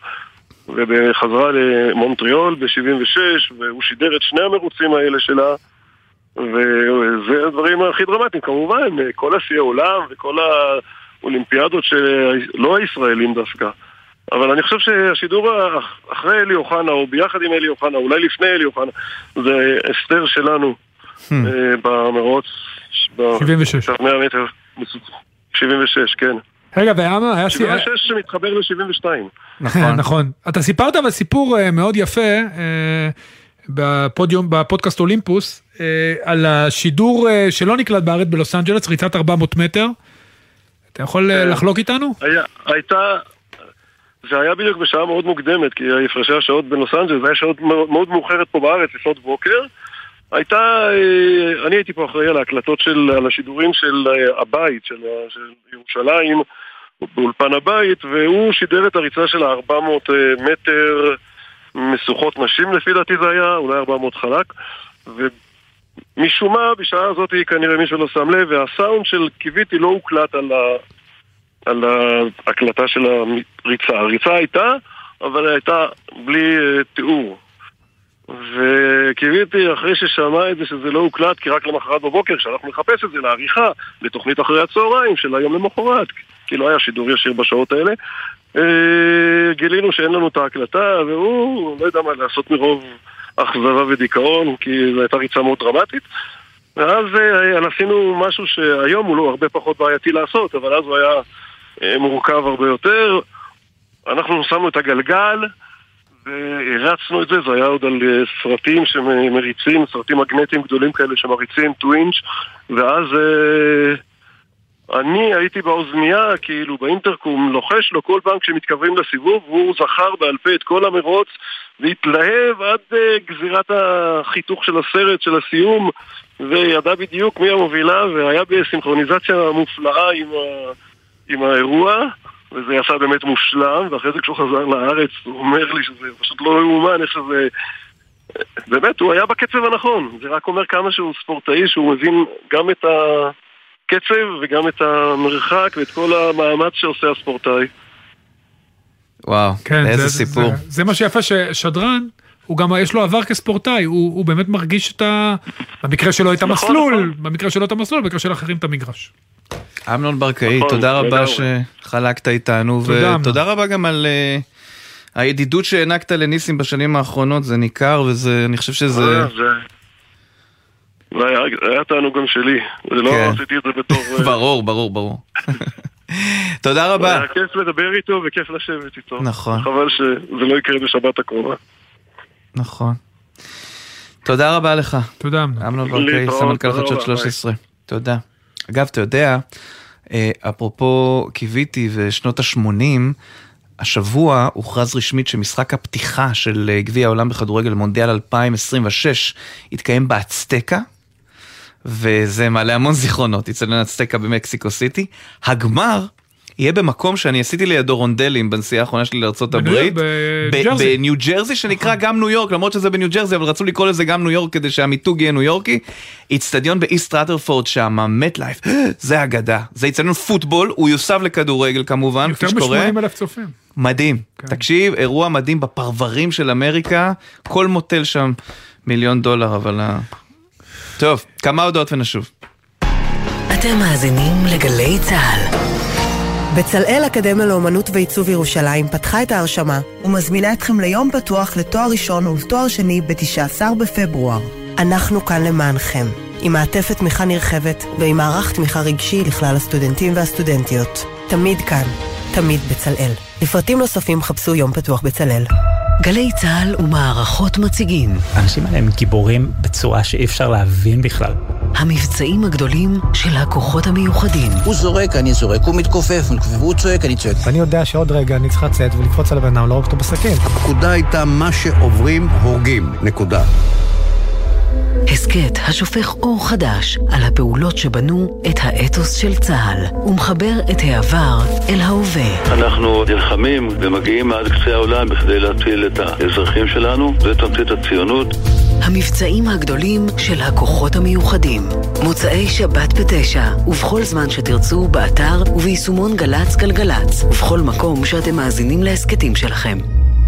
ובחזרה למונטריאול ב-שבעים ושש, והוא שידר את שני המרוצים האלה שלה, וזה הדברים הכי דרמטיים, כמובן, כל עשייה עולם וכל האולימפיאדות שלא הישראלים דווקא. אבל אני חושב שהשידור אחרי אלי אוחנה, או ביחד עם אלי אוחנה, אולי לפני אלי אוחנה, זה אסתר שלנו במרוץ שבעים ושש. מאה מטר, שבעים ושש, כן. רגע, והמה היה... שבעים ושש שמתחבר ל-שבעים ושתיים. נכון. נכון. אתה סיפרת אבל סיפור מאוד יפה בפודיום, בפודקאסט אולימפוס, על השידור שלא נקלט בארץ בלוס אנג'לס, ריצת ארבע מאות מטר. אתה יכול לחלוק איתנו? הייתה... זה היה בדיוק בשעה מאוד מוקדמת, כי ההפרשי השעות בלוס אנג'לס, זה היה שעות מאוד מאוחרת פה בארץ, לפנות בוקר. הייתה, אני הייתי פה אחראי על ההקלטות של, על השידורים של הבית, של, של ירושלים, באולפן הבית, והוא שידר את הריצה של ה-ארבע מאות מטר משוכות נשים, לפי דעתי זה היה, אולי ארבע מאות חלק, ומשום מה, בשעה הזאת כנראה מישהו לא שם לב, והסאונד של קיוויתי לא הוקלט על ה... על ההקלטה של הריצה. הריצה הייתה, אבל הייתה בלי uh, תיאור. וקיוויתי אחרי ששמע את זה שזה לא הוקלט, כי רק למחרת בבוקר, כשאנחנו נחפש את זה לעריכה, לתוכנית אחרי הצהריים של היום למחרת, כי לא היה שידור ישיר בשעות האלה, uh, גילינו שאין לנו את ההקלטה, והוא לא יודע מה לעשות מרוב אכזבה ודיכאון, כי זו הייתה ריצה מאוד דרמטית. ואז uh, עשינו משהו שהיום הוא לא הרבה פחות בעייתי לעשות, אבל אז הוא היה מורכב הרבה יותר. אנחנו שמנו את הגלגל והרצנו את זה, זה היה עוד על סרטים שמריצים, סרטים מגנטיים גדולים כאלה שמריצים, טווינץ', ואז אני הייתי באוזנייה, כאילו באינטרקום, לוחש לו כל פעם כשמתקרבים לסיבוב, והוא זכר בעל פה את כל המרוץ, והתלהב עד גזירת החיתוך של הסרט, של הסיום, וידע בדיוק מי המובילה, והיה בסינכרוניזציה מופלאה עם ה... עם האירוע, וזה יצא באמת מושלם, ואחרי זה כשהוא חזר לארץ, הוא אומר לי שזה פשוט לא מאומן, איך שזה... באמת, הוא היה בקצב הנכון. זה רק אומר כמה שהוא ספורטאי, שהוא מבין גם את הקצב, וגם את המרחק, ואת כל המאמץ שעושה הספורטאי. וואו, כן, איזה זה, סיפור. זה, זה מה שיפה ששדרן, הוא גם, יש לו עבר כספורטאי, הוא, הוא באמת מרגיש את ה... במקרה שלו את המסלול, נכון, נכון. במקרה שלו את המסלול, במקרה של אחרים את המגרש. אמנון ברקאי, נכון, תודה רבה שחלקת איתנו, ותודה רבה גם על uh, הידידות שהענקת לניסים בשנים האחרונות, זה ניכר, ואני חושב שזה... זה היה תענוג גם שלי, זה לא עשיתי את זה בתור... ברור, ברור, ברור. תודה רבה. היה כיף לדבר איתו וכיף לשבת איתו. נכון. חבל שזה לא יקרה בשבת הקרובה. נכון. תודה רבה לך. תודה אמנון. אמנון ברקאי, סמנכ"ל חדשות שלוש עשרה. תודה. אגב, אתה יודע, אפרופו קיוויתי ושנות ה-שמונים, השבוע הוכרז רשמית שמשחק הפתיחה של גביע העולם בכדורגל מונדיאל אלפיים עשרים ושש התקיים באצטקה, וזה מעלה המון זיכרונות, אצלנו אצטקה במקסיקו סיטי. הגמר יהיה במקום שאני עשיתי לידו רונדלים בנסיעה האחרונה שלי לארצות הברית, בניו ג'רזי, שנקרא גם ניו יורק, למרות שזה בניו ג'רזי, אבל רצו לקרוא לזה גם ניו יורק, כדי שהמיתוג יהיה ניו יורקי. אצטדיון באיסט רת'רפורד שם, מט-לייף, זה אגדה, זה אצטדיון פוטבול, הוא יוסב לכדורגל כמובן, יותר מ-שמונים אלף צופים. מדהים, תקשיב, אירוע מדהים בפרברים של אמריקה, כל מוטל שם מיליון דולר, אבל... טוב, כמה הודעות ונשוב. אתם מאזינים לגלי צהל. בצלאל אקדמיה לאומנות ועיצוב ירושלים פתחה את ההרשמה ומזמינה אתכם ליום פתוח לתואר ראשון ולתואר שני ב-תשעה עשר בפברואר. אנחנו כאן למענכם, עם מעטפת תמיכה נרחבת ועם מערך תמיכה רגשי לכלל הסטודנטים והסטודנטיות. תמיד כאן, תמיד בצלאל. לפרטים נוספים חפשו יום פתוח בצלאל. גלי צהל ומערכות מציגים. האנשים האלה הם גיבורים בצורה שאי אפשר להבין בכלל. המבצעים הגדולים של הכוחות המיוחדים. הוא זורק, אני זורק, הוא מתכופף, והוא צועק, אני צועק. ואני יודע שעוד רגע אני צריך לצאת ולקפוץ על הבן אדם, לא רק אותו בסכין. הפקודה הייתה מה שעוברים הורגים, נקודה. הסקט השופך אור חדש על הפעולות שבנו את האתוס של צה"ל ומחבר את העבר אל ההווה. אנחנו נלחמים ומגיעים עד קצה העולם בכדי להציל את האזרחים שלנו, זה תמצית הציונות. המבצעים הגדולים של הכוחות המיוחדים. מוצאי שבת בתשע ובכל זמן שתרצו באתר וביישומון גלץ גלגלץ ובכל מקום שאתם מאזינים להסקטים שלכם.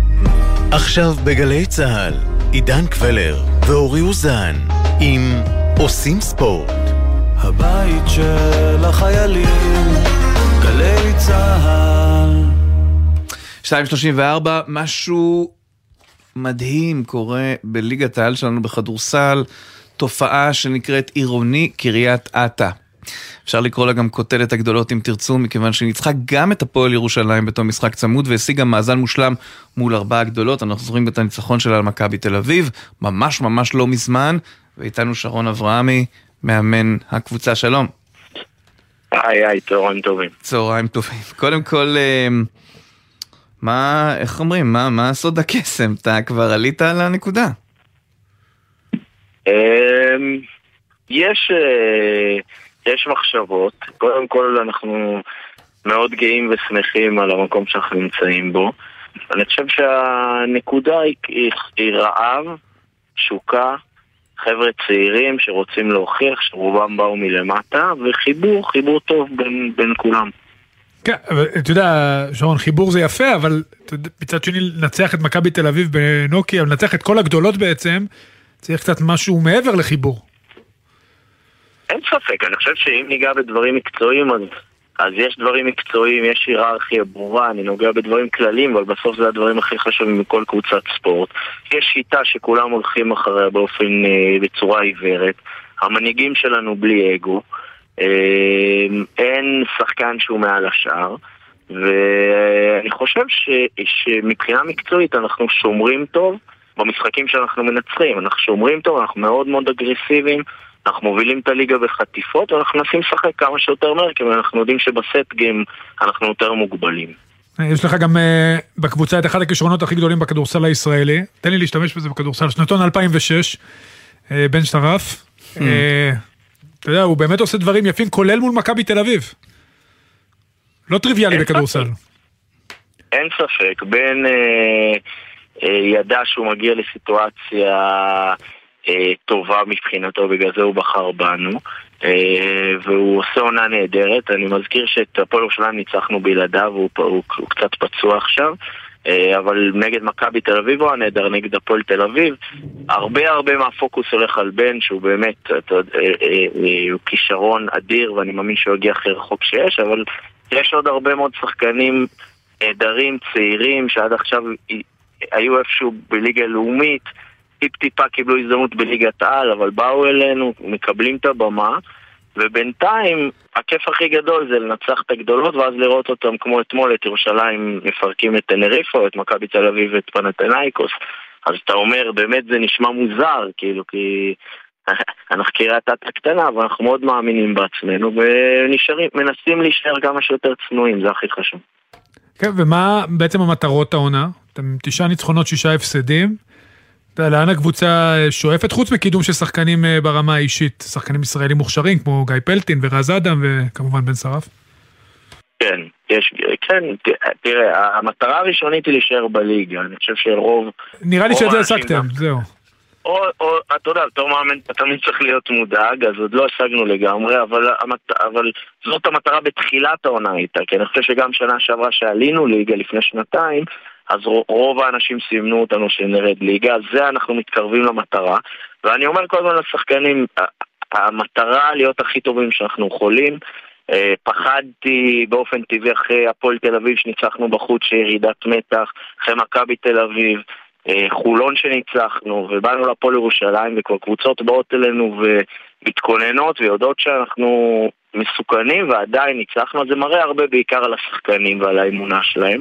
עכשיו בגלי צהל עידן קבלר ואורי אוזן עם עושים ספורט. הבית של החיילים, גלי צהל. שתיים שלושים וארבע, משהו מדהים קורה בליגת העל שלנו בכדורסל, תופעה שנקראת עירוני קריית אתא. אפשר לקרוא לה גם כותלת הגדולות אם תרצו, מכיוון שהיא ניצחה גם את הפועל ירושלים בתור משחק צמוד, והשיגה מאזן מושלם מול ארבעה הגדולות. אנחנו זוכרים את הניצחון שלה על מכבי תל אביב, ממש ממש לא מזמן, ואיתנו שרון אברהמי, מאמן הקבוצה. שלום. היי, היי, צהריים טובים. צהריים טובים. קודם כל, מה, איך אומרים, מה, מה סוד הקסם? אתה כבר עלית על הנקודה? יש, יש מחשבות. קודם כל אנחנו מאוד גאים ושמחים על המקום שאנחנו נמצאים בו. אני חושב שהנקודה היא, היא רעב, שוקה, חבר'ה צעירים שרוצים להוכיח שרובם באו מלמטה, וחיבור, חיבור טוב בין, בין כולם. כן, אבל אתה יודע, שרון, חיבור זה יפה, אבל מצד שני לנצח את מכבי תל אביב בנוקיה, לנצח את כל הגדולות בעצם, צריך קצת משהו מעבר לחיבור. אין ספק, אני חושב שאם ניגע בדברים מקצועיים, אז, אז יש דברים מקצועיים, יש היררכיה ברורה, אני נוגע בדברים כלליים, אבל בסוף זה הדברים הכי חשובים מכל קבוצת ספורט. יש שיטה שכולם הולכים אחריה באופן, בצורה עיוורת, המנהיגים שלנו בלי אגו, אין שחקן שהוא מעל השאר, ואני חושב ש, שמבחינה מקצועית אנחנו שומרים טוב במשחקים שאנחנו מנצחים, אנחנו שומרים טוב, אנחנו מאוד מאוד אגרסיביים, אנחנו מובילים את הליגה בחטיפות, ואנחנו נסים לשחק כמה שיותר מהר, כי אנחנו יודעים שבסט גיים אנחנו יותר מוגבלים. יש לך גם בקבוצה את אחד הכישרונות הכי גדולים בכדורסל הישראלי, תן לי להשתמש בזה בכדורסל, שנתון אלפיים ושש, בן שטרף, אתה יודע, הוא באמת עושה דברים יפים, כולל מול מכבי תל אביב. לא טריוויאלי בכדורסל. אין ספק, בן ידע שהוא מגיע לסיטואציה טובה מבחינתו, בגלל זה הוא בחר בנו, והוא עושה עונה נהדרת. אני מזכיר שאת הפועל ירושלים ניצחנו בלעדיו, הוא, הוא, הוא קצת פצוע עכשיו, אבל נגד מכבי תל אביב הוא הנהדר, נגד הפועל תל אביב הרבה הרבה מהפוקוס הולך על בן, שהוא באמת הוא כישרון אדיר, ואני מאמין שהוא יגיע הכי רחוק שיש, אבל יש עוד הרבה מאוד שחקנים נהדרים, צעירים, שעד עכשיו היו איפשהו בליגה לאומית, טיפ טיפה קיבלו הזדמנות בליגת העל, אבל באו אלינו, מקבלים את הבמה, ובינתיים הכיף הכי גדול זה לנצח את הגדולות, ואז לראות אותם כמו אתמול, את ירושלים מפרקים את טנריפה, את מכבי תל אביב ואת פנתנייקוס. אז אתה אומר, באמת זה נשמע מוזר, כאילו, כי אנחנו קריית אתא קטנה, אבל אנחנו מאוד מאמינים בעצמנו, ונשארים, מנסים להישאר כמה שיותר צנועים, זה הכי חשוב. כן, ומה בעצם המטרות העונה? אתם תשעה ניצחונות, שישה הפסדים, לאן הקבוצה שואפת, חוץ מקידום של שחקנים ברמה האישית, שחקנים ישראלים מוכשרים, כמו גיא פלטין ורז אדם, וכמובן בן שרף? כן, יש, כן, תראה, המטרה הראשונית היא להישאר בליגה, אני חושב שרוב... נראה לי שאת זה עסקתם, זהו. או, או, אתה יודע, בתור מאמן, אתה תמיד צריך להיות מודאג, אז עוד לא השגנו לגמרי, אבל, אבל זאת המטרה בתחילת העונה איתה, כי אני חושב שגם שנה שעברה שעלינו ליגה לפני שנתיים, אז רוב האנשים סימנו אותנו שנרד ליגה, אז זה אנחנו מתקרבים למטרה, ואני אומר כל הזמן לשחקנים, המטרה להיות הכי טובים שאנחנו יכולים, פחדתי באופן טבעי אחרי הפועל תל אביב שניצחנו בחוץ שירידת מתח, אחרי מכבי תל אביב, חולון שניצחנו, ובאנו לפועל ירושלים, וכבר קבוצות באות אלינו ומתכוננות ויודעות שאנחנו מסוכנים, ועדיין ניצחנו, אז זה מראה הרבה בעיקר על השחקנים ועל האמונה שלהם,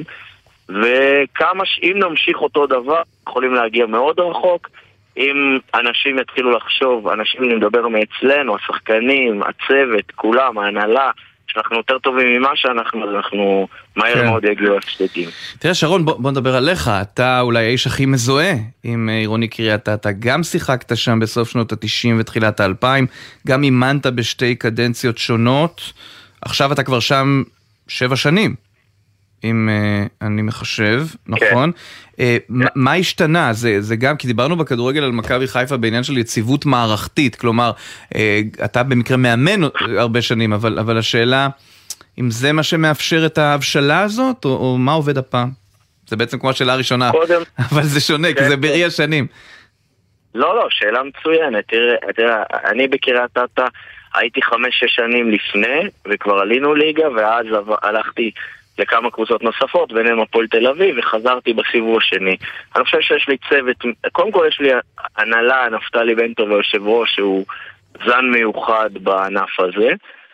וכמה שאם נמשיך אותו דבר יכולים להגיע מאוד רחוק. אם אנשים יתחילו לחשוב, אנשים נדבר מאצלנו, השחקנים, הצוות, כולם, ההנהלה, שאנחנו יותר טובים ממה שאנחנו, אז אנחנו מהר כן. מאוד יגיעו הפסדים. תראה שרון, בוא, בוא נדבר עליך, אתה אולי האיש הכי מזוהה עם עירוני קריית אתא, גם שיחקת שם בסוף שנות ה-תשעים ותחילת ה-אלפיים, גם אימנת בשתי קדנציות שונות, עכשיו אתה כבר שם שבע שנים. אם uh, אני מחשב, נכון? Uh, yeah. מה השתנה? זה, זה גם, כי דיברנו בכדורגל על מכבי חיפה בעניין של יציבות מערכתית, כלומר, uh, אתה במקרה מאמן הרבה שנים, אבל, אבל השאלה, אם זה מה שמאפשר את ההבשלה הזאת, או, או מה עובד הפעם? זה בעצם כמו השאלה הראשונה, קודם, אבל זה שונה, כן, כי זה בראי השנים. לא, לא, שאלה מצוינת. תראה, תראה, אני בקריית אתא הייתי חמש-שש שנים לפני, וכבר עלינו ליגה, ואז הלכתי לכמה קבוצות נוספות, ביניהם הפועל תל אביב, וחזרתי בסיבוב השני. אני חושב שיש לי צוות, קודם כל יש לי הנהלה, נפתלי בנטוב והיושב ראש, שהוא זן מיוחד בענף הזה.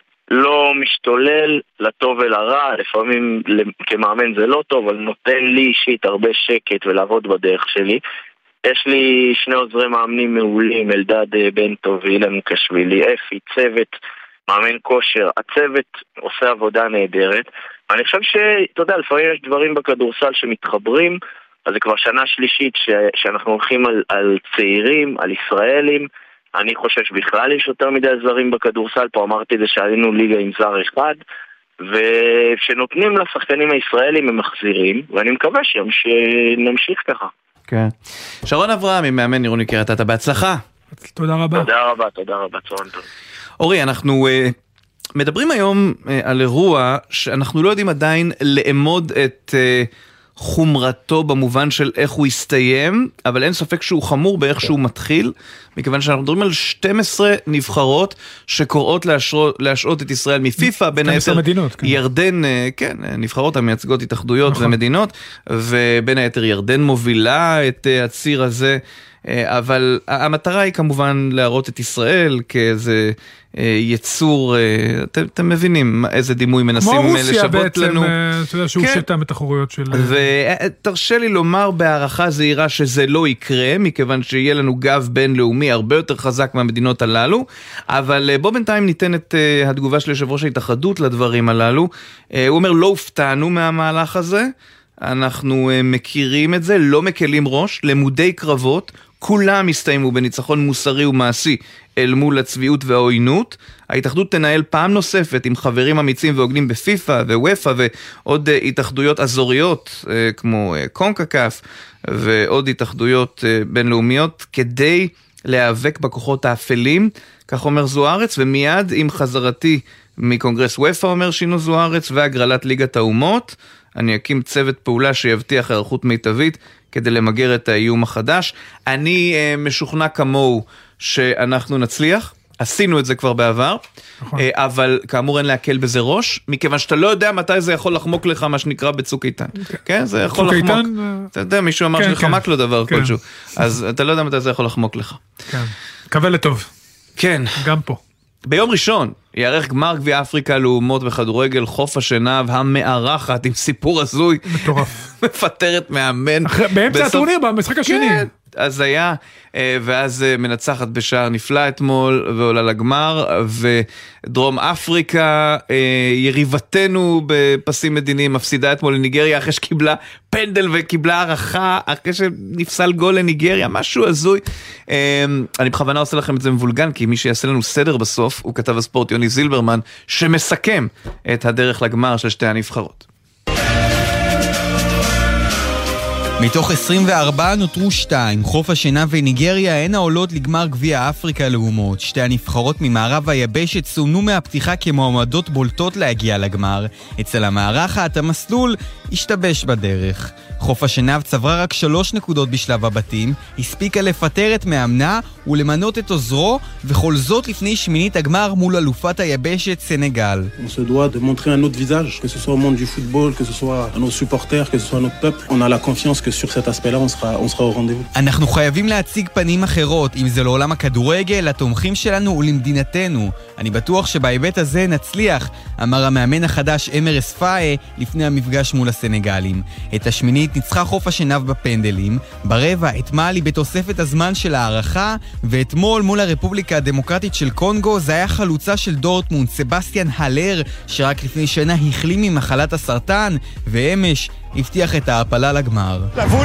לא משתולל לטוב ולרע, לפעמים כמאמן זה לא טוב, אבל נותן לי אישית הרבה שקט ולעבוד בדרך שלי. יש לי שני עוזרי מאמנים מעולים, אלדד בנטוב ואילן קשווילי, אפי, צוות, מאמן כושר, הצוות עושה עבודה נהדרת. אני חושב שאתה יודע, לפעמים יש דברים בכדורסל שמתחברים, אז זה כבר שנה שלישית ש... שאנחנו הולכים על, על צעירים, על ישראלים. אני חושב שבכלל יש יותר מדי זרים בכדורסל, פה אמרתי זה שעלינו ליגה עם זר אחד, וכשנותנים לשחקנים הישראלים הם מחזירים, ואני מקווה שנמשיך ככה. כן. שרון אברהם, מאמן עירוני קריית אתא, בהצלחה. תודה רבה. תודה רבה, תודה רבה, צהריים טוב. אורי, אנחנו uh, מדברים היום uh, על אירוע שאנחנו לא יודעים עדיין לאמוד את uh, חומרתו במובן של איך הוא יסתיים, אבל אין ספק שהוא חמור באיך שהוא מתחיל, מכיוון שאנחנו מדברים על שתים עשרה נבחרות שקוראות להשרות, להשעות את ישראל מפיפה, בין היתר מדינות, כן. ירדן, כן, נבחרות המייצגות התאחדויות נכון. ומדינות, ובין היתר ירדן מובילה את הציר הזה, אבל המטרה היא כמובן להראות את ישראל כאיזה יצור, אתם, אתם מבינים איזה דימוי מנסים לשוות בעצם, לנו. אתה יודע שהוא כן. שתה מתחרויות של... ותרשה לי לומר בהערכה זהירה שזה לא יקרה, מכיוון שיהיה לנו גב בינלאומי הרבה יותר חזק מהמדינות הללו, אבל בוא בינתיים ניתן את התגובה של יושב ראש ההתאחדות לדברים הללו. הוא אומר, לא הופתענו מהמהלך הזה, אנחנו מכירים את זה, לא מקלים ראש, למודי קרבות, כולם הסתיימו בניצחון מוסרי ומעשי אל מול הצביעות והעוינות. ההתאחדות תנהל פעם נוספת עם חברים אמיצים והוגנים בפיפה ווופא ועוד התאחדויות אזוריות כמו קונקקף ועוד התאחדויות בינלאומיות כדי להיאבק בכוחות האפלים, כך אומר זוארץ, ומיד עם חזרתי מקונגרס וופא, אומר שינו זוארץ, והגרלת ליגת האומות, אני אקים צוות פעולה שיבטיח הערכות מיטבית כדי למגר את האיום החדש. אני uh, משוכנע כמוהו שאנחנו נצליח, עשינו את זה כבר בעבר, נכון. uh, אבל כאמור אין להקל בזה ראש, מכיוון שאתה לא יודע מתי זה יכול לחמוק לך מה שנקרא בצוק איתן. Okay. כן? זה יכול לחמוק. איתן, אתה יודע, מישהו אמר כן, שחמק כן. לו דבר כן. כלשהו, אז אתה לא יודע מתי זה יכול לחמוק לך. כן. קווה לטוב. כן. גם פה. ביום ראשון יערך גמר גביע אפריקה לאומות בכדורגל חוף השנהב המארחת עם סיפור הזוי. מטורף. מפטרת מאמן. באמצע הטורניר במשחק השני. כן. אז היה, ואז מנצחת בשער נפלא אתמול, ועולה לגמר, ודרום אפריקה, יריבתנו בפסים מדיניים, מפסידה אתמול לניגריה, אחרי שקיבלה פנדל וקיבלה ערכה, אחרי שנפסל גול לניגריה, משהו הזוי. אני בכוונה עושה לכם את זה מבולגן, כי מי שיעשה לנו סדר בסוף, הוא כתב הספורט יוני זילברמן, שמסכם את הדרך לגמר של שתי הנבחרות. מתוך עשרים וארבע נותרו שתיים, חוף השנהב וניגריה הן העולות לגמר גביע אפריקה לאומות. שתי הנבחרות ממערב היבשת סומנו מהפתיחה כמועמדות בולטות להגיע לגמר. אצל המארחת המסלול השתבש בדרך. חוף השנהב צברה רק שלוש נקודות בשלב הבתים, הספיקה לפטר את מאמנה ולמנות את עוזרו, וכל זאת לפני שמינית הגמר מול אלופת היבשת סנגל. On se doit de montrer un autre visage, que ce soit au monde du football, que ce soit à nos supporters, que ce soit à notre peuple. On a la confiance que sur cet aspect-là, on sera, on sera au rendez-vous. אנחנו חייבים להציג פנים אחרות, אם זה לעולם הכדורגל, לתומכים שלנו ולמדינתנו. אני בטוח שבהיבט הזה נצליח, אמר המאמן החדש אמר אספאי לפני המפגש מול הסנגלים. את השמינית ניצחה חוף השנהב בפנדלים, ברבע את מאלי בתוספת הזמן של הערכה, ואתמול מול הרפובליקה הדמוקרטית של קונגו זה היה חלוצה של דורטמונד, סבסטיאן הלר, שרק לפני שנה החלים ממחלת הסרטן, ואמש הבטיח את ההעפלה לגמר.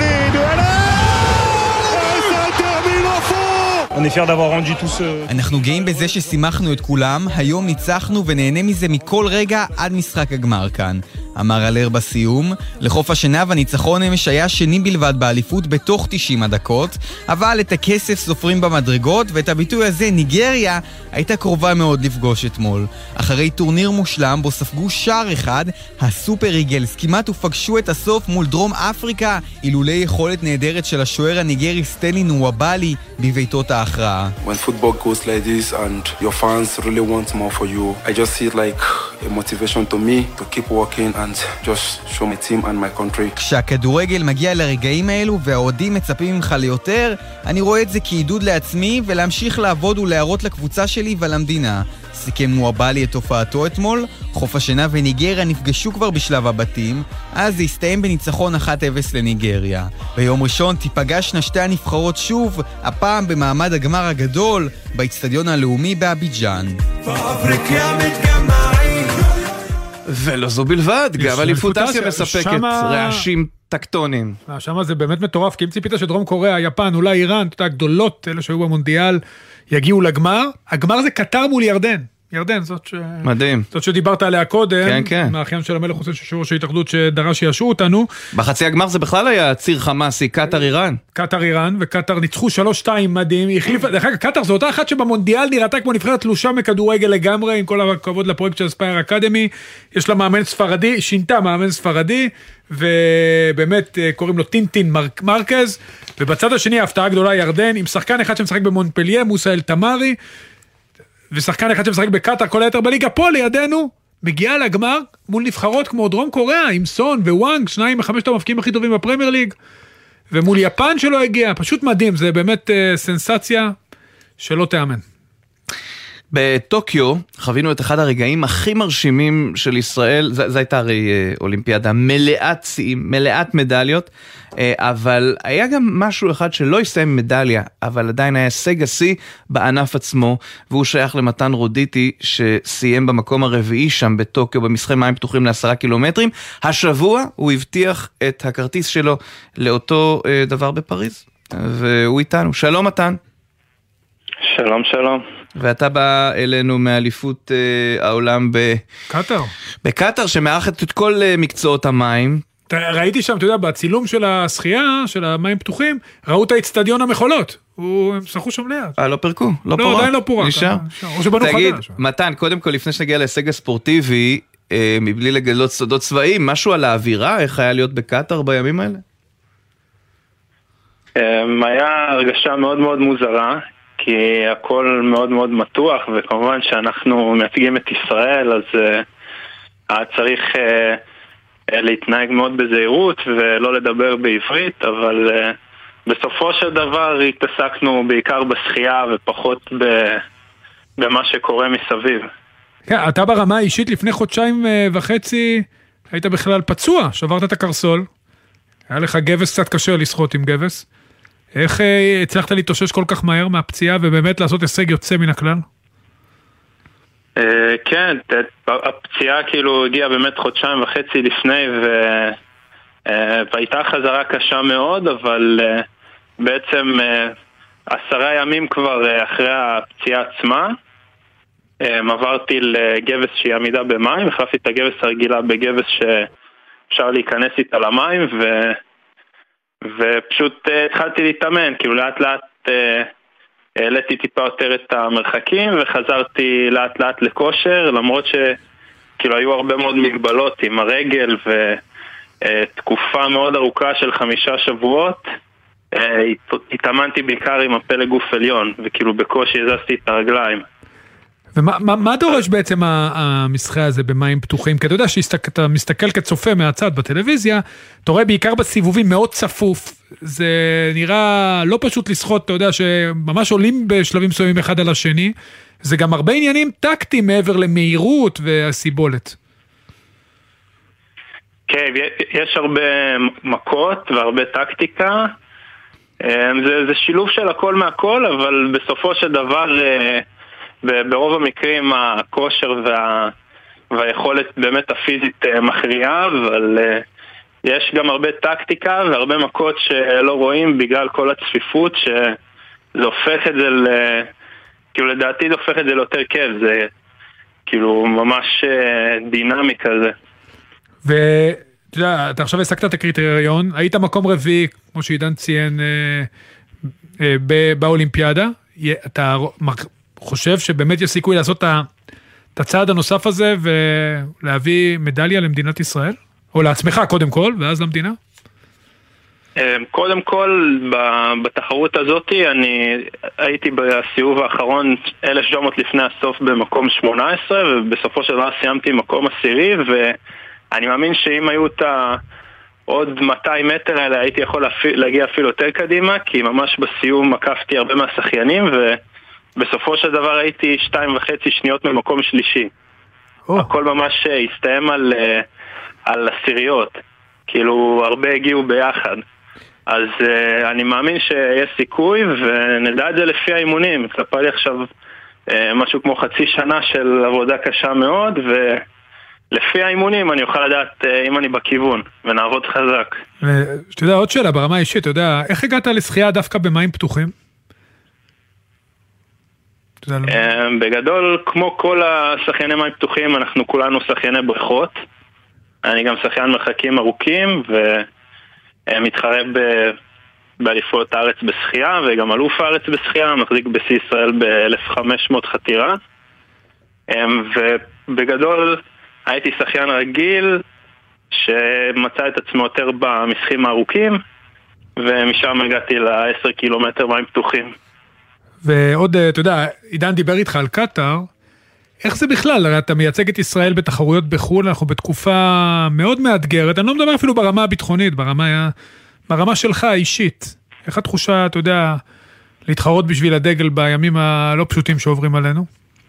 אנחנו גאים בזה ששימחנו את כולם, היום ניצחנו ונהנה מזה מכל רגע עד משחק הגמר כאן. אמר אלר בסיום. לחוף השנהב הניצחון אמש היה שני בלבד באליפות בתוך תשעים הדקות, אבל את הכסף סופרים במדרגות, ואת הביטוי הזה ניגריה הייתה קרובה מאוד לפגוש אתמול. אחרי טורניר מושלם בו ספגו שער אחד, הסופר איגלס כמעט ופגשו את הסוף מול דרום אפריקה, אילולי יכולת נהדרת של השוער הניגרי סטלי נוואבלי בביתות ההכרעה. When football goes like this and your fans really want more for you, I just see it like a motivation to me to keep working and just show my team and my country. כשהכדורגל מגיע לרגעים האלו והאוהדים מצפים ממך ליותר, אני רואה את זה כעידוד לעצמי ולהמשיך לעבוד ולהראות לקבוצה שלי ולמדינה. סיכם נוואבלי את תופעתו אתמול. חוף השנהב וניגריה נפגשו כבר בשלב הבתים, אז זה הסתיים בניצחון אחת אפס לניגריה. ביום ראשון תיפגשנה שתי הנבחרות שוב, הפעם במעמד הגמר הגדול באצטדיון הלאומי באביג'אן. ולא זו בלבד, גם אליפות אסיה מספקת רעשים טקטונים. שם זה באמת מטורף, כי אם ציפית שדרום קוריאה, יפן, אולי איראן, הגדולות, אלה שהיו במונדיאל, יגיעו לגמר. הגמר זה קטר מול ירדן. ירדן, זאת ש... מדהים. זאת שדיברת עליה קודם. כן, כן. מהאחיין של המלך חוסן של ראש ההתאחדות שדרש שישעו אותנו. בחצי הגמר זה בכלל היה ציר חמאסי, קטר איראן. קטר איראן, וקטר ניצחו שלוש שתיים מדהים. החליפה, דרך אגב, קטר זו אותה אחת שבמונדיאל נראתה כמו נבחרת תלושה מכדורגל לגמרי, עם כל הכבוד לפרויקט של ספייר אקדמי. יש לה מאמן ספרדי, שינתה מאמן ספרדי, ובאמת קוראים לו טינטין מרק, מרקז. ובצד השני ההפתעה גדולה ירדן, עם שחקן אחד שמשחק במונפליה, מוסא אל תמרי, ושחקן אחד שמשחק בקטר, כל היתר בליגה פה לידינו, מגיעה לגמר מול נבחרות כמו דרום קוריאה, עם סון ווואנג, שניים מחמשת המפקיעים הכי טובים בפרמייר ליג, ומול יפן שלא הגיע, פשוט מדהים, זה באמת uh, סנסציה שלא תאמן. בטוקיו חווינו את אחד הרגעים הכי מרשימים של ישראל, זו הייתה הרי אולימפיאדה מלאת שיאים, מלאת מדליות, אבל היה גם משהו אחד שלא הסתיים מדליה, אבל עדיין היה הישג השיא בענף עצמו, והוא שייך למתן רודיטי שסיים במקום הרביעי שם בטוקיו, במשחקי מים פתוחים לעשרה קילומטרים. השבוע הוא הבטיח את הכרטיס שלו לאותו דבר בפריז, והוא איתנו. שלום מתן. שלום שלום. ואתה בא אלינו מאליפות אה, העולם בקטר. בקטר, שמארחת את כל אה, מקצועות המים. ראיתי שם, אתה יודע, בצילום של השחייה, של המים פתוחים, ראו את האצטדיון המחולות. הם שחקו שם ליד. אה, לא פרקו? לא, לא פורק? עדיין לא פורק. נשאר? או שבנו תגיד, חדש. מתן, קודם כל, לפני שנגיע להישג הספורטיבי, אה, מבלי לגלות סודות צבאיים, משהו על האווירה, איך היה להיות בקטר בימים האלה? היה הרגשה מאוד מאוד מוזרה, כי הכל מאוד מאוד מתוח, וכמובן שאנחנו מייצגים את ישראל, אז uh, צריך uh, להתנהג מאוד בזהירות ולא לדבר בעברית, אבל uh, בסופו של דבר התעסקנו בעיקר בשחייה ופחות ב, במה שקורה מסביב. כן, אתה ברמה האישית לפני חודשיים וחצי היית בכלל פצוע, שברת את הקרסול, היה לך גבס קצת קשה לשחות עם גבס. איך הצלחת להתאושש כל כך מהר מהפציעה ובאמת לעשות הישג יוצא מן הכלל? כן, הפציעה כאילו הגיעה באמת חודשיים וחצי לפני והייתה חזרה קשה מאוד, אבל בעצם עשרה ימים כבר אחרי הפציעה עצמה עברתי לגבס שהיא עמידה במים, החלפתי את הגבס הרגילה בגבס שאפשר להיכנס איתה למים ו... ופשוט uh, התחלתי להתאמן, כאילו לאט לאט העליתי uh, טיפה יותר את המרחקים וחזרתי לאט לאט לכושר, למרות שכאילו היו הרבה מאוד מגבלות עם הרגל ותקופה uh, מאוד ארוכה של חמישה שבועות uh, התאמנתי בעיקר עם הפלג גוף עליון וכאילו בקושי הזזתי את הרגליים. ומה מה, מה דורש בעצם המשחק הזה במים פתוחים? כי אתה יודע שאתה מסתכל כצופה מהצד בטלוויזיה, אתה רואה בעיקר בסיבובים מאוד צפוף, זה נראה לא פשוט לשחות, אתה יודע שממש עולים בשלבים מסוימים אחד על השני, זה גם הרבה עניינים טקטיים מעבר למהירות והסיבולת. כן, יש הרבה מכות והרבה טקטיקה, זה, זה שילוב של הכל מהכל, אבל בסופו של דבר ברוב המקרים הכושר וה... והיכולת באמת הפיזית מכריעה, אבל יש גם הרבה טקטיקה והרבה מכות שלא רואים בגלל כל הצפיפות, שזה הופך את זה ל... כאילו לדעתי זה הופך את זה ליותר כיף, זה כאילו ממש דינמי כזה. ואתה יודע, אתה עכשיו הסקת את הקריטריון, היית מקום רביעי, כמו שעידן ציין, באולימפיאדה, אתה חושב שבאמת יש סיכוי לעשות את הצעד הנוסף הזה, ולהביא מדליה למדינת ישראל? או לעצמך קודם כל, ואז למדינה? קודם כל, בתחרות הזאת, אני הייתי בסיבוב האחרון אלף שבע מאות לפני הסוף במקום שמונה עשרה, ובסופו של דבר סיימתי מקום עשירי, ואני מאמין שאם היו את עוד מאתיים מטר האלה, הייתי יכול להגיע אפילו יותר קדימה, כי ממש בסיום מקפתי הרבה מהשחיינים, ובסופו של דבר הייתי שתיים וחצי שניות ממקום שלישי. Oh. הכל ממש הסתיים על, על עשיריות, כאילו הרבה הגיעו ביחד. אז uh, אני מאמין שיש סיכוי, ונדע את זה לפי האימונים. צפה לי עכשיו uh, משהו כמו חצי שנה של עבודה קשה מאוד, ולפי האימונים אני אוכל לדעת uh, אם אני בכיוון, ונעבוד חזק. אתה יודע, עוד שאלה ברמה האישית, אתה יודע, איך הגעת לשחייה דווקא במים פתוחים? Uh, בגדול, כמו כל השחייני מים פתוחים, אנחנו כולנו שחייני בריכות. אני גם שחיין מרחקים ארוכים, ו... מתחרה באליפות הארץ בשחייה, וגם אלוף הארץ בשחייה, מחזיק בשיא ישראל ב-אלף וחמש מאות חתירה. ובגדול הייתי שחיין רגיל, שמצא את עצמו יותר במשחים הארוכים, ומשם הגעתי ל-עשרה קילומטר מים פתוחים. ועוד, אתה יודע, עידן דיבר איתך על קטר, איך זה בכלל? הרי אתה מייצג את ישראל בתחרויות בחו"ל, אנחנו בתקופה מאוד מאתגרת, אני לא מדבר אפילו ברמה הביטחונית, ברמה, ברמה שלך האישית. איך התחושה, אתה יודע, להתחרות בשביל הדגל בימים הלא פשוטים שעוברים עלינו?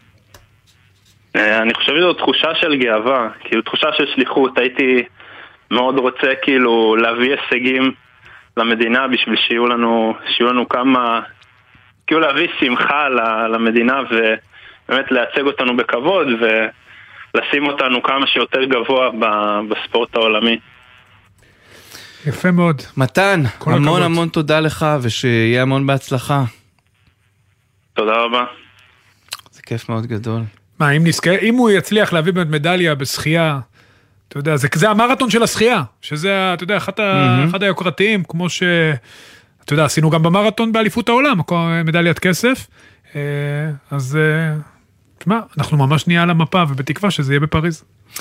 אני חושב שזו תחושה של גאווה, כאילו תחושה של שליחות. הייתי מאוד רוצה כאילו להביא הישגים למדינה בשביל שיהיו לנו, שיהיו לנו כמה, כאילו להביא שמחה למדינה ו... באמת לייצג אותנו בכבוד ולשים אותנו כמה שיותר גבוה בספורט העולמי. יפה מאוד. מתן, המון המון תודה לך ושיהיה המון בהצלחה. תודה רבה. זה כיף מאוד גדול. מה, אם נזכה, אם הוא יצליח להביא באמת מדליה בשחייה, אתה יודע, זה, זה המרתון של השחייה, שזה, אתה יודע, אחד, mm-hmm. אחד היוקרתיים, כמו ש, אתה יודע, עשינו גם במרתון באליפות העולם, מדליית כסף, אז... תשמע, אנחנו ממש נהיה על המפה, ובתקווה שזה יהיה בפריז.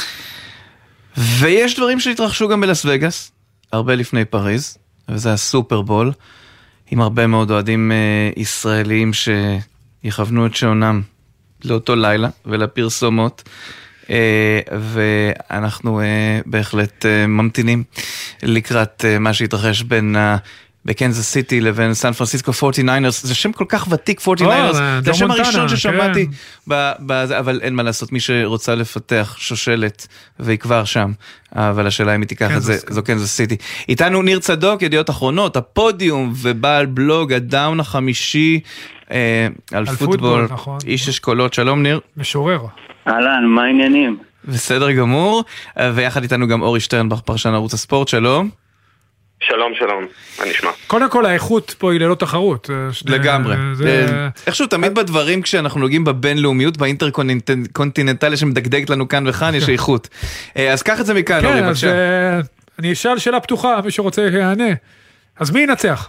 ויש דברים שהתרחשו גם בלס וגאס, הרבה לפני פריז, וזה הסופרבול, עם הרבה מאוד אוהדים אה, ישראלים שיכוונו את שעונם לאותו לילה ולפרסומות, אה, ואנחנו אה, בהחלט אה, ממתינים לקראת אה, מה שהתרחש בין ה... בקנזס סיטי לבין סן פרנסיסקו פורטי ניינרס, זה שם כל כך ותיק פורטי ניינרס, זה השם הראשון ששמעתי, אבל אין מה לעשות, מי שרוצה לפתח שושלת ויקבר שם, אבל השאלה אם היא תיקח את זה, זו קנזס סיטי. איתנו ניר צדוק, ידיעות אחרונות, הפודיום ובעל בלוג הדאון החמישי על פוטבול, איש אשכולות, שלום ניר. משורר. אהלן, מה העניינים? בסדר גמור, ויחד איתנו גם אורי שטרנבך, פרשן ערוץ הספורט, שלום. שלום, שלום, מה נשמע? קודם כל, האיכות פה היא ללא תחרות. לגמרי. איכשהו תמיד בדברים, כשאנחנו נוגעים בבינלאומיות, באינטרקונטיננטלי שמדגדגת לנו כאן וכאן, יש איכות. אז קח את זה מכאן, אורי, בבקשה. אני אשאל שאלה פתוחה, מי שרוצה יענה. אז מי ינצח?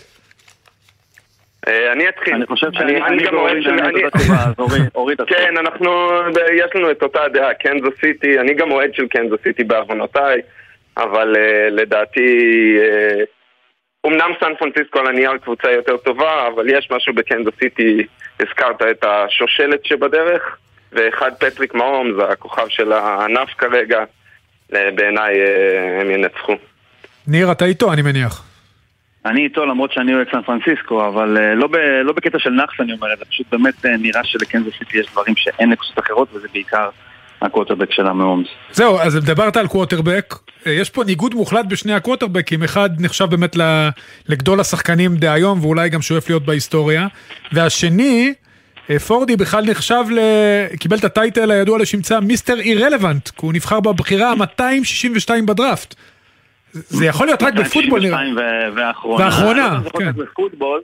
אני אתחיל. אני חושב שאני גם אוהד של... כן, אנחנו, יש לנו את אותה דעה, קנזס סיטי, אני גם אוהד של קנזס סיטי בעוונותיי. אבל uh, לדעתי, uh, אומנם סן פרנסיסקו על הנייר קבוצה יותר טובה, אבל יש משהו בקנזס סיטי, הזכרת את השושלת שבדרך, ואחד פטריק מהום, זה הכוכב של הענף כרגע, בעיניי uh, הם ינצחו. ניר, אתה איתו, אני מניח. אני איתו, למרות שאני אוהד סן פרנסיסקו, אבל uh, לא, ב, לא בקטע של נחס אני אומר, זה פשוט באמת uh, נראה שלקנזס סיטי יש דברים שאין לקבוצות אחרות, וזה בעיקר... הקווטרבק שלה מהומס. זהו, אז דיברת על קווטרבק, יש פה ניגוד מוחלט בשני הקווטרבקים, אחד נחשב באמת לגדול השחקנים דהיום, ואולי גם שואף להיות בהיסטוריה, והשני, פורדי בכלל נחשב, קיבל את הטייטל הידוע לשמצה מיסטר אירלוונט, כי הוא נבחר בבחירה מאתיים שישים ושתיים בדראפט. זה יכול להיות רק בפוטבול נראה. ואחרונה. ואחרונה, כן. בפוטבול,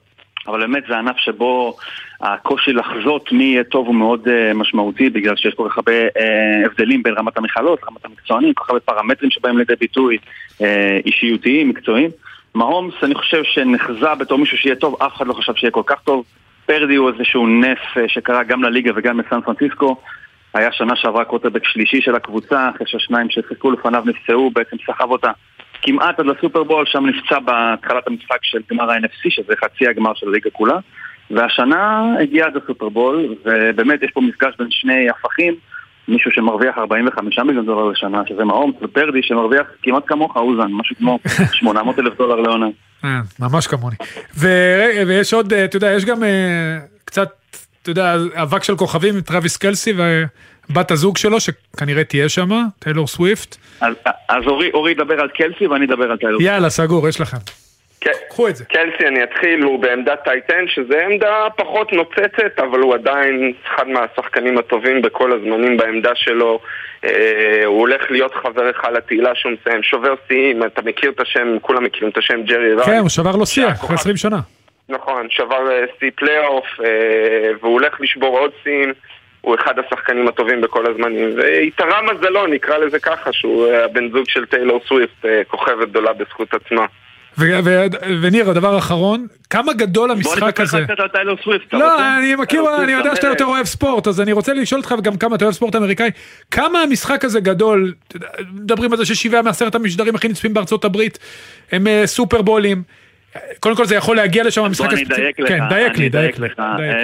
אבל באמת זה ענף שבו הקושי לחזות מי יהיה טוב הוא מאוד uh, משמעותי, בגלל שיש כל כך הרבה uh, הבדלים בין רמת המכללות, רמת המקצוענים, כל כך הרבה פרמטרים שבאים לידי ביטוי uh, אישיותיים, מקצועיים. מהומס, אני חושב שנחזה בתור מישהו שיהיה טוב, אף אחד לא חשב שיהיה כל כך טוב. פרדי הוא איזשהו נס uh, שקרה גם לליגה וגם בסן פרנסיסקו. היה שנה שעברה קוטרבק שלישי של הקבוצה, אחרי שהשניים שחיכו לפניו נפצעו, בעצם סחב אותה כמעט עד לסופרבול, שם נפצע בהתחלת המשחק של גמר ה-אן אף סי, שזה חצי הגמר של הליגה כולה, והשנה הגיע עד הסופרבול, ובאמת יש פה מפגש בין שני הפכים, מישהו שמרוויח ארבעים וחמישה מיליון דולר לשנה, שזה מהומס, ופרדי שמרוויח כמעט כמוך, אוזן, משהו כמו שמונה מאות אלף דולר לעונה. ממש כמוני. ויש עוד, אתה יודע, יש גם קצת, אתה יודע, אבק של כוכבים, טרוויס קלסי ובת הזוג שלו, שכנראה תהיה שם, טיילור סוויפט. אז אורי ידבר על קלסי ואני אדבר על טיילור. יאללה, סגור, יש לכם. קחו את זה. קלסי, אני אתחיל, הוא בעמדת טייטן, שזה עמדה פחות נוצצת, אבל הוא עדיין אחד מהשחקנים הטובים בכל הזמנים בעמדה שלו. הוא הולך להיות חבר אחד לתהילה שהוא מסיים, שובר שיאים, אתה מכיר את השם, כולם מכירים את השם, ג'רי רייט. כן, הוא שבר לו שיא, אחרי עשרים שנה. נכון, שבר שיא פלייאוף, והוא הולך לשבור עוד שיאים. הוא אחד השחקנים הטובים בכל הזמנים, והתארה מזלו, נקרא לזה ככה, שהוא הבן זוג של טיילור סוויפט, כוכבת גדולה בזכות עצמה. וניר, הדבר האחרון, כמה גדול המשחק הזה? בוא נתפס קצת על טיילור סוויפט. לא, אני מכיר, אני יודע שאתה יותר אוהב ספורט, אז אני רוצה לשאול אותך גם כמה אתה אוהב ספורט אמריקאי, כמה המשחק הזה גדול, מדברים על זה ששבעה מעשרת המשדרים הכי נצפים בארצות הברית, הם סופרבולים, קודם כל זה יכול להגיע לשם המשחק הספציפי. כן, דייק לי, דייק לי.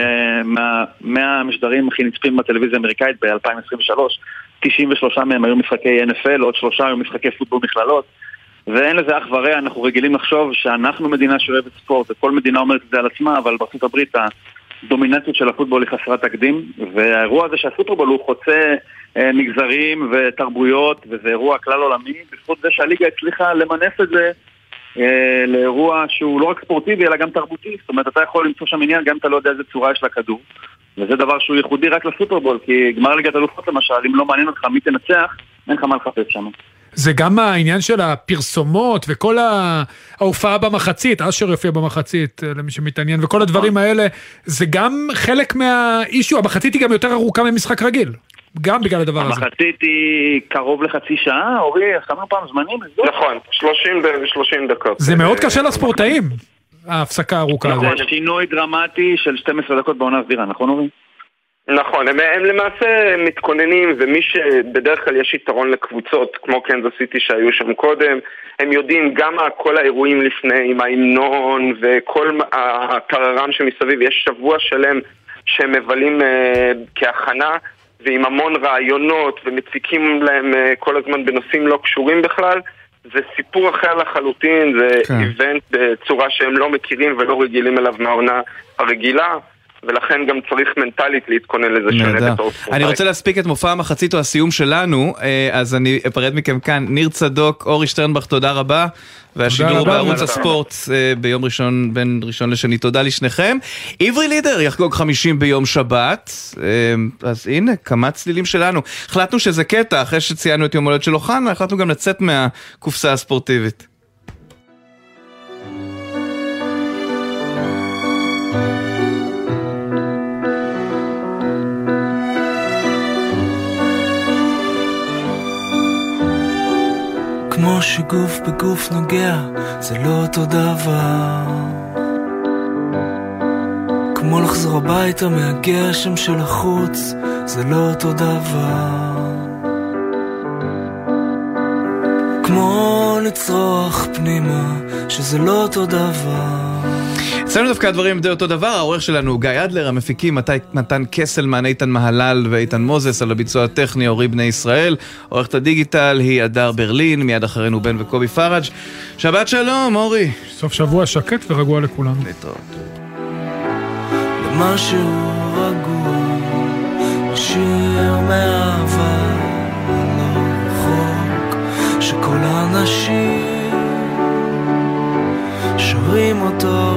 מהמשדרים הכי נצפים בטלוויזיה האמריקאית ב-אלפיים עשרים ושלוש, תשעים ושלושה מהם היו משחקי אן אף אל, עוד שלושה היו משחקי פוטבול מכללות, ואין לזה אח ורע. אנחנו רגילים לחשוב שאנחנו מדינה שאוהבת ספורט, וכל מדינה אומרת את זה על עצמה, אבל בארצות הברית הדומיננטיות של הפוטבול היא חסרת תקדים, והאירוע הזה שהסופרבול הוא חוצה מגזרים ותרבויות, וזה אירוע כלל עולמי, בזכות זה שהליגה הצליחה למנף את זה לאירוע שהוא לא רק ספורטיבי אלא גם תרבותי. זאת אומרת, אתה יכול למצוא שם עניין גם אתה לא יודע איזה צורה יש לכדור, וזה דבר שהוא ייחודי רק לסופרבול, כי גמר ליגת אלופות למשל, אם לא מעניין אותך מי תנצח, אין לך מה לחפש שם. זה גם העניין של הפרסומות וכל ההופעה במחצית, אשר יופיע במחצית למי שמתעניין, וכל הדברים האלה, זה גם חלק מהאישו. המחצית היא גם יותר ארוכה ממשחק רגיל, גם בגלל הדבר הזה. המחצית היא קרוב לחצי שעה, אורי, שמנו פעם זמנים? נכון, שלושים דקות. זה מאוד קשה לספורטאים, ההפסקה הארוכה הזאת. זה שינוי דרמטי של שתים עשרה דקות בעונה סדירה, נכון אורי? נכון, הם, הם למעשה מתכוננים, ומי שבדרך כלל יש יתרון לקבוצות כמו קנזס סיטי שהיו שם קודם, הם יודעים גם כל האירועים לפני עם ההמנון וכל הטררם שמסביב, יש שבוע שלם שהם מבלים אה, כהכנה ועם המון רעיונות ומציקים להם אה, כל הזמן בנושאים לא קשורים בכלל. זה סיפור אחר לחלוטין, זה כן. איבנט בצורה שהם לא מכירים ולא רגילים אליו מהעונה הרגילה, ולכן גם צריך מנטלית להתכונן לזה שונה בתור ספורטאי. אני רוצה להספיק את מופע המחצית או הסיום שלנו, אז אני אפרד מכם כאן. ניר צדוק, אורי שטרנבך, תודה רבה, והשידור בערוץ הספורט ביום ראשון, בין ראשון לשני. תודה לשניכם. עברי לידר יחגוג חמישים ביום שבת, אז הנה, כמה צלילים שלנו. החלטנו שזה קטע, אחרי שציינו את יום הולדת של אוחנה, החלטנו גם לצאת מהקופסה הספורטיבית. כמו שגוף בגוף נוגע, זה לא אותו דבר. כמו לחזור הביתה מהגשם של החוץ, זה לא אותו דבר. כמו לצרוח פנימה, שזה לא אותו דבר. אצלנו דווקא הדברים די אותו דבר. העורך שלנו גיא אדלר, המפיקים מתן קסלמן, איתן מהלל ואיתן מוזס, על הביצוע הטכני אורי בני ישראל. עורכת הדיגיטל היא אדר ברלין, מיד אחרינו בן וקובי פראג'. שבת שלום אורי. סוף שבוע שקט ורגוע לכולנו. להתראות. למשהו רגוע, שיר מאהבה לא רחוק, שכל האנשים שרים אותו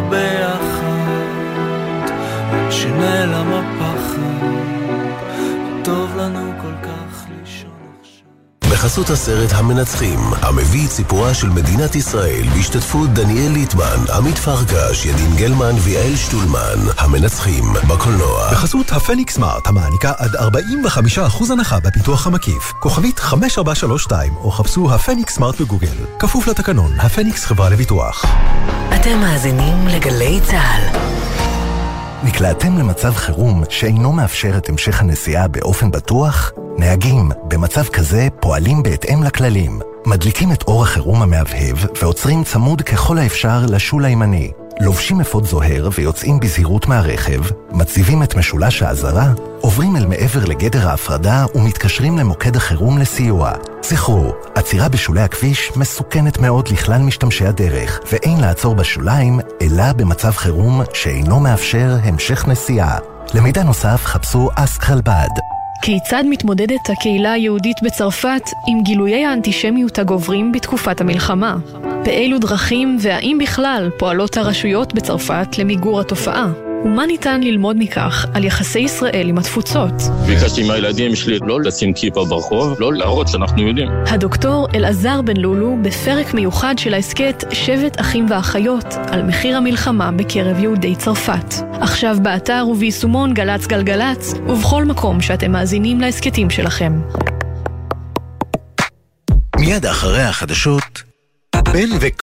ביחד, שנעלם הפחד, טוב לנו כל כך לישון עכשיו. בחסות הסרט המנצחים, המביא את סיפורה של מדינת ישראל בהשתתפות דניאל ליטמן, עמית פרקש, ידין גלמן ויעל שטולמן. המנצחים בקולנוע. בחסות הפניקס סמארט, המעניקה עד ארבעים וחמישה אחוז הנחה בפיתוח המקיף. כוכבית חמש ארבע שלוש שתיים או חפשו הפניקס סמארט בגוגל. כפוף לתקנון, הפניקס חברה לביטוח. אתם מאזינים לגלי צהל. נקלעתם למצב חירום שאינו מאפשר את המשך הנסיעה באופן בטוח? נהגים במצב כזה פועלים בהתאם לכללים. מדליקים את אור החירום המהבהב ועוצרים צמוד ככל האפשר לשול הימני. לובשים אפוד זוהר ויוצאים בזהירות מהרכב, מציבים את משולש האזהרה, עוברים אל מעבר לגדר ההפרדה ומתקשרים למוקד החירום לסיוע. זכרו, עצירה בשולי הכביש מסוכנת מאוד לכלל משתמשי הדרך, ואין לעצור בשוליים אלא במצב חירום שאינו מאפשר המשך נסיעה. למידע נוסף חפשו אסק חלבד. כיצד מתמודדת הקהילה היהודית בצרפת עם גילויי האנטישמיות הגוברים בתקופת המלחמה? באילו דרכים והאם בכלל פועלות הרשויות בצרפת למיגור התופעה? ומה ניתן ללמוד מכך על יחסי ישראל עם התפוצות? ביקשתי מהילדים שלי לא לשים כיפה ברחוב, לא להראות שאנחנו יודעים. הדוקטור אלעזר בן לולו בפרק מיוחד של העסקת שבט אחים ואחיות על מחיר המלחמה בקרב יהודי צרפת. עכשיו באתר וביישומון גלץ גלגלץ ובכל מקום שאתם מאזינים לעסקתים שלכם. מיד אחרי החדשות, בן ו...